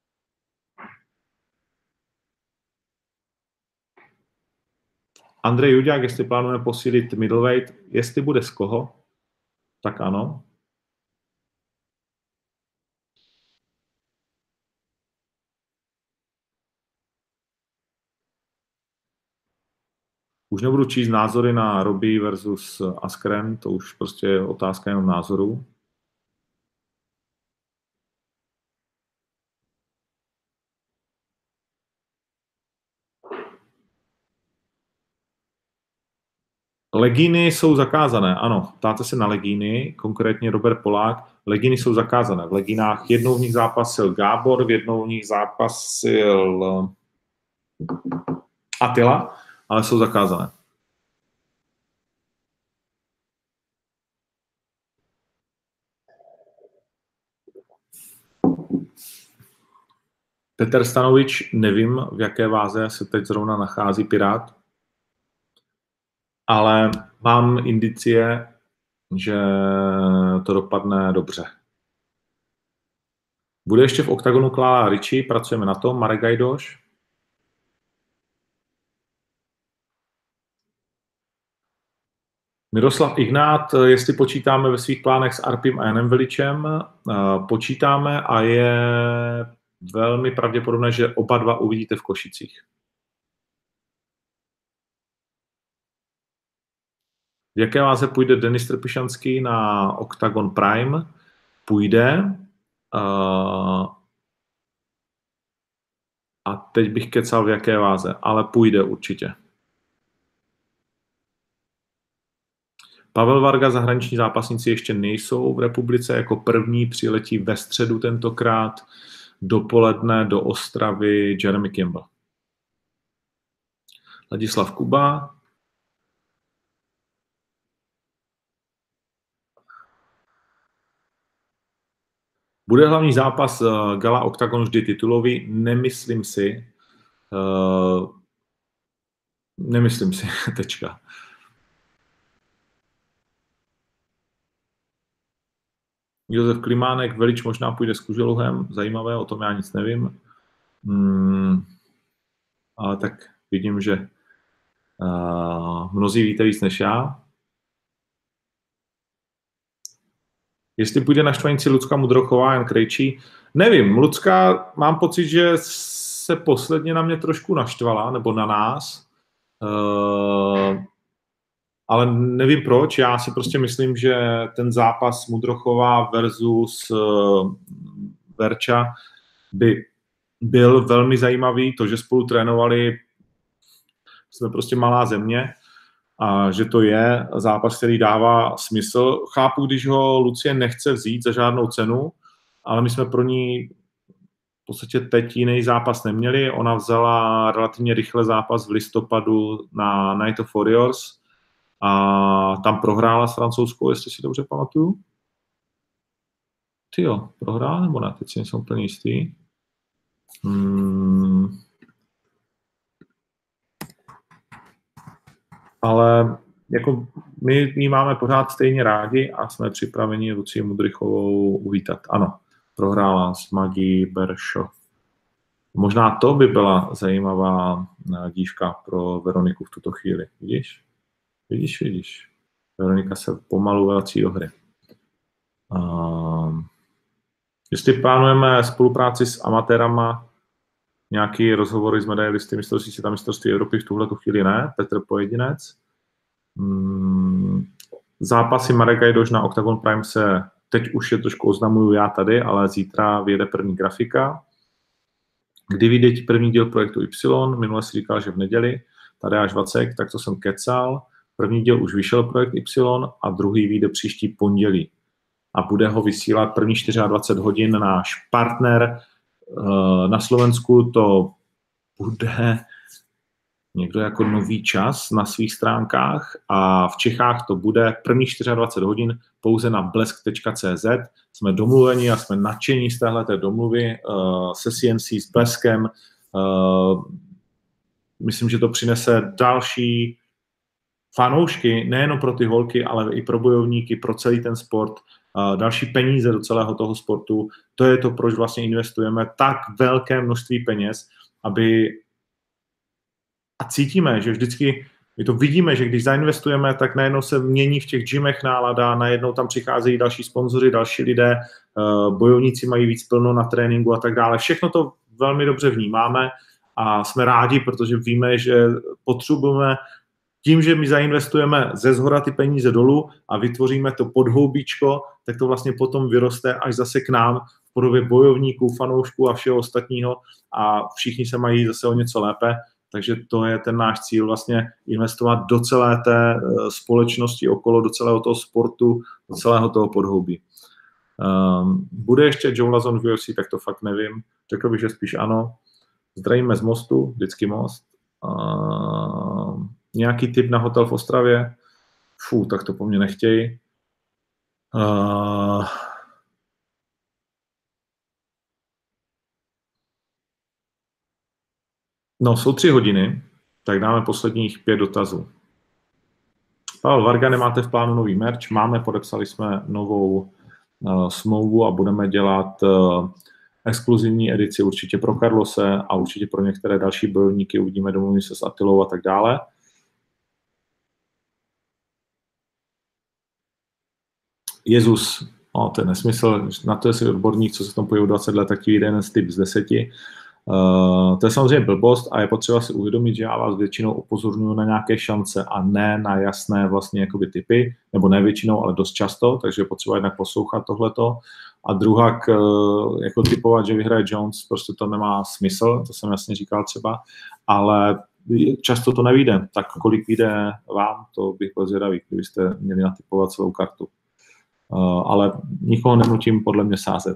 [SPEAKER 1] Andrej Juďák, jestli plánujeme posílit middleweight, jestli bude z koho, tak ano. Už nebudu číst názory na Robbie versus Askren, to už prostě je otázka jenom názoru. Legíny jsou zakázané, ano. Ptáte se na legíny, konkrétně Robert Polák. Legíny jsou zakázané. V legínách jednou v nich zápasil Gábor, v jednou v nich zápasil Attila, ale jsou zakázané. Petr Stanovič, nevím, v jaké váze se teď zrovna nachází Pirát, ale mám indicie, že to dopadne dobře. Bude ještě v oktagonu Klára Richie, pracujeme na tom, Marek Gajdoš. Miroslav Ignát, jestli počítáme ve svých plánech s Arpim a Janem Veličem, počítáme a je velmi pravděpodobné, že oba dva uvidíte v Košicích. V jaké váze půjde Denis Trpišanský na Octagon Prime? Půjde. A teď bych kecal v jaké váze, ale půjde určitě. Pavel Varga, zahraniční zápasníci ještě nejsou v republice, jako první přiletí ve středu tentokrát dopoledne do Ostravy Jeremy Campbell. Ladislav Kuba. Bude hlavní zápas Gala Octagon vždy titulový? Nemyslím si. Nemyslím si, tečka. Josef Klimánek, Velič možná půjde s Kuželuhem, zajímavé, o tom já nic nevím. Ale tak vidím, že mnozí víte víc než já. Jestli půjde na štvanici Lucka Mudrochová, Jan Krejčí, nevím, Lucka, mám pocit, že se posledně na mě trošku naštvala, nebo na nás, ale nevím proč, já si prostě myslím, že ten zápas Mudrochová versus Verča by byl velmi zajímavý, to, že spolu trénovali, jsme prostě malá země, a že to je zápas, který dává smysl. Chápu, když ho Lucie nechce vzít za žádnou cenu, ale my jsme pro ní v podstatě teď jiný zápas neměli. Ona vzala relativně rychle zápas v listopadu na Night of Warriors a tam prohrála s francouzskou, jestli si dobře pamatuju. Ty jo, prohrála nebo ne? Teď si nejsem úplně jistý. Ale jako my ji máme pořád stejně rádi a jsme připraveni Lucii Mudrychovou uvítat. Ano, prohrála s Magí Beršo. Možná to by byla zajímavá dívka pro Veroniku v tuto chvíli. Vidíš? Vidíš. Veronika se pomalu vrací do hry. Jestli plánujeme spolupráci s amatérama, nějaký rozhovory s medailisty mistrovství světa, mistrovství Evropy v tuhletu chvíli ne. Petr Pojedinec. Zápasy Marek Gajdoš na Octagon Prime se teď už je trošku oznamuju já tady, ale zítra vyjede první grafika. Kdy vyjde první díl projektu Y? Minule si říkal, že v neděli. Tady až Vacek, tak to jsem kecal. První díl už vyšel projekt Y a druhý vyjde příští pondělí. A bude ho vysílat první 24 hodin náš partner. Na Slovensku to bude někdo jako Nový čas na svých stránkách a v Čechách to bude první 24 hodin pouze na blesk.cz. Jsme domluveni a jsme nadšení z téhleté domluvy se CNC, s Bleskem. Myslím, že to přinese další fanoušky, nejen pro ty holky, ale i pro bojovníky, pro celý ten sport, další peníze do celého toho sportu. To je to, proč vlastně investujeme tak velké množství peněz, aby a cítíme, že vždycky, my to vidíme, že když zainvestujeme, tak najednou se mění v těch gymech nálada, najednou tam přicházejí další sponzoři, další lidé, bojovníci mají víc plno na tréninku a tak dále. Všechno to velmi dobře vnímáme a jsme rádi, protože víme, že potřebujeme tím, že my zainvestujeme ze zhora ty peníze dolů a vytvoříme to podhoubíčko, tak to vlastně potom vyroste až zase k nám v podobě bojovníků, fanoušků a všeho ostatního a všichni se mají zase o něco lépe. Takže to je ten náš cíl, vlastně investovat do celé té společnosti okolo, do celého toho sportu, do celého toho podhoubí. Bude ještě Joe Lazon v UFC, tak to fakt nevím. Řekl bych, že spíš ano. Zdravíme z Mostu, vždycky Most. Nějaký tip na hotel v Ostravě? Tak to po mně nechtějí. No, jsou 3 hodiny, tak dáme posledních 5 dotazů. Pavel Varga, nemáte v plánu nový merch? Máme, podepsali jsme novou smlouvu a budeme dělat exkluzivní edici určitě pro Carlose a určitě pro některé další bojovníky. Uvidíme, domluvíme se s Attilou a tak dále. Jezus, to je nesmysl, na to je si odborník, co se tam pojí 20 let, tak ti vyjde jeden typ z 10. To je samozřejmě blbost a je potřeba si uvědomit, že já vás většinou upozorňuji na nějaké šance a ne na jasné vlastně jakoby typy, nebo ne většinou, ale dost často, takže je potřeba jednak poslouchat tohleto. A druhak, jako typovat, že vyhraje Jones, prostě to nemá smysl, to jsem jasně říkal třeba, ale často to nevyjde. Tak kolik vyjde vám, to bych byl zvědavý, kdybyste měli natypovat celou kartu. Ale nikoho nenutím podle mě sázet.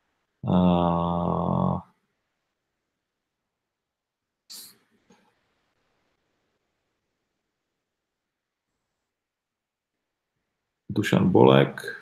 [SPEAKER 1] Dušan Bolek.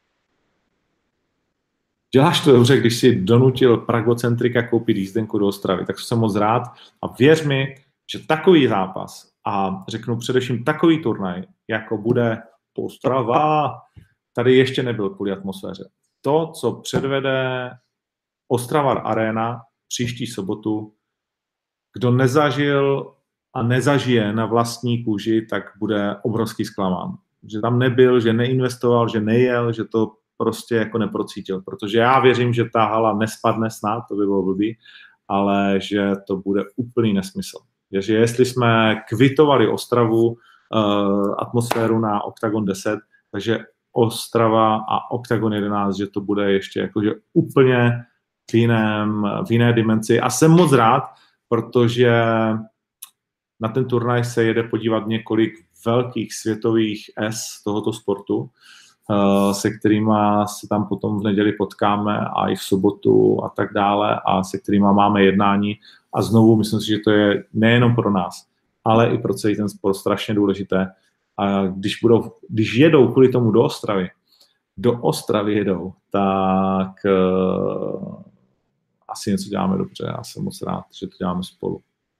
[SPEAKER 1] Děláš to dobře, když si donutil Pragocentrika koupit jízdenku do Ostravy, tak jsem moc rád a věř mi, že takový zápas a řeknu především takový turnaj, jako bude Ostrava, tady ještě nebyl kvůli atmosféře. To, co předvede Ostrava Arena příští sobotu, kdo nezažil a nezažije na vlastní kůži, tak bude obrovský zklamán. Že tam nebyl, že neinvestoval, že nejel, že to prostě jako neprocítil, protože já věřím, že ta hala nespadne snad, to by bylo blbý, ale že to bude úplný nesmysl. Že jestli jsme kvitovali Ostravu, atmosféru na Octagon 10, takže Ostrava a Octagon 11, že to bude ještě jakože úplně v jiné dimenzi. A jsem moc rád, protože na ten turnaj se jede podívat několik velkých světových S tohoto sportu, se kterými se tam potom v neděli potkáme a i v sobotu a tak dále a se kterými máme jednání. A znovu myslím si, že to je nejenom pro nás, ale i pro celý ten sport strašně důležité. A když jedou kvůli tomu do Ostravy jedou, tak asi něco děláme dobře. Já jsem moc rád, že to děláme spolu.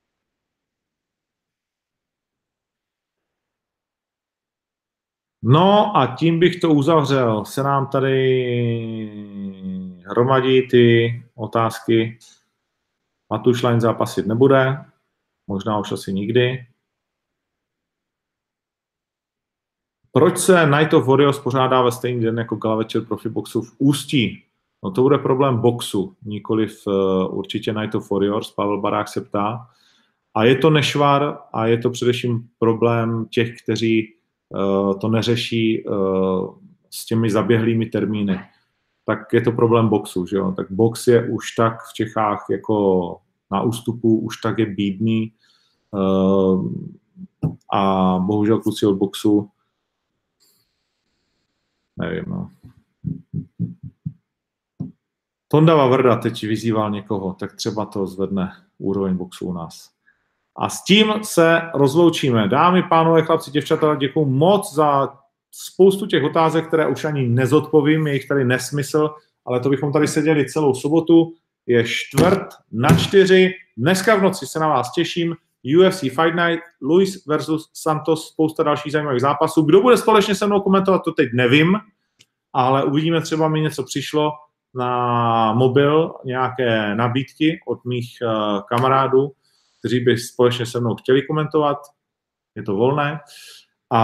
[SPEAKER 1] No a tím bych to uzavřel. Se nám tady hromadí ty otázky. Matuš Line zápasit nebude. Možná už asi nikdy. Proč se Night of Warriors pořádá ve stejný den jako gala večer Profiboxu v Ústí? No to bude problém boxu, nikoliv určitě Night of Warriors, Pavel Barák se ptá. A je to nešvar a je to především problém těch, kteří to neřeší s těmi zaběhlými termíny. Tak je to problém boxu, že jo? Tak box je už tak v Čechách jako na ústupu, už tak je bídný a bohužel kluci od boxu nevím, no. Tonda Vavrda teď vyzýval někoho, tak třeba to zvedne úroveň boxu u nás. A s tím se rozloučíme. Dámy, pánové, chlapci, děvčata, děkuju moc za spoustu těch otázek, které už ani nezodpovím, je jich tady nesmysl, ale to bychom tady seděli celou sobotu. Je 3:45. Dneska v noci se na vás těším. UFC Fight Night, Luis versus Santos, spousta dalších zajímavých zápasů. Kdo bude společně se mnou komentovat, to teď nevím, ale uvidíme, třeba mi něco přišlo na mobil, nějaké nabídky od mých kamarádů, kteří by společně se mnou chtěli komentovat. Je to volné. A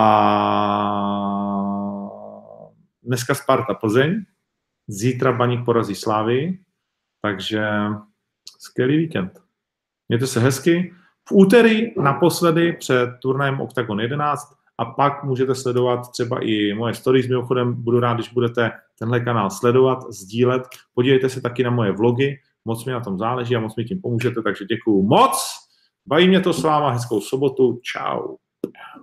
[SPEAKER 1] dneska Sparta Plzeň, zítra Baník porazí Slávii, takže skvělý víkend. Mějte se hezky. V úterý naposledy před turnajem Octagon 11 a pak můžete sledovat třeba i moje stories. Mimochodem budu rád, když budete tenhle kanál sledovat, sdílet. Podívejte se taky na moje vlogy, moc mi na tom záleží a moc mi tím pomůžete, takže děkuju moc. Baví mě to s váma, hezkou sobotu, čau.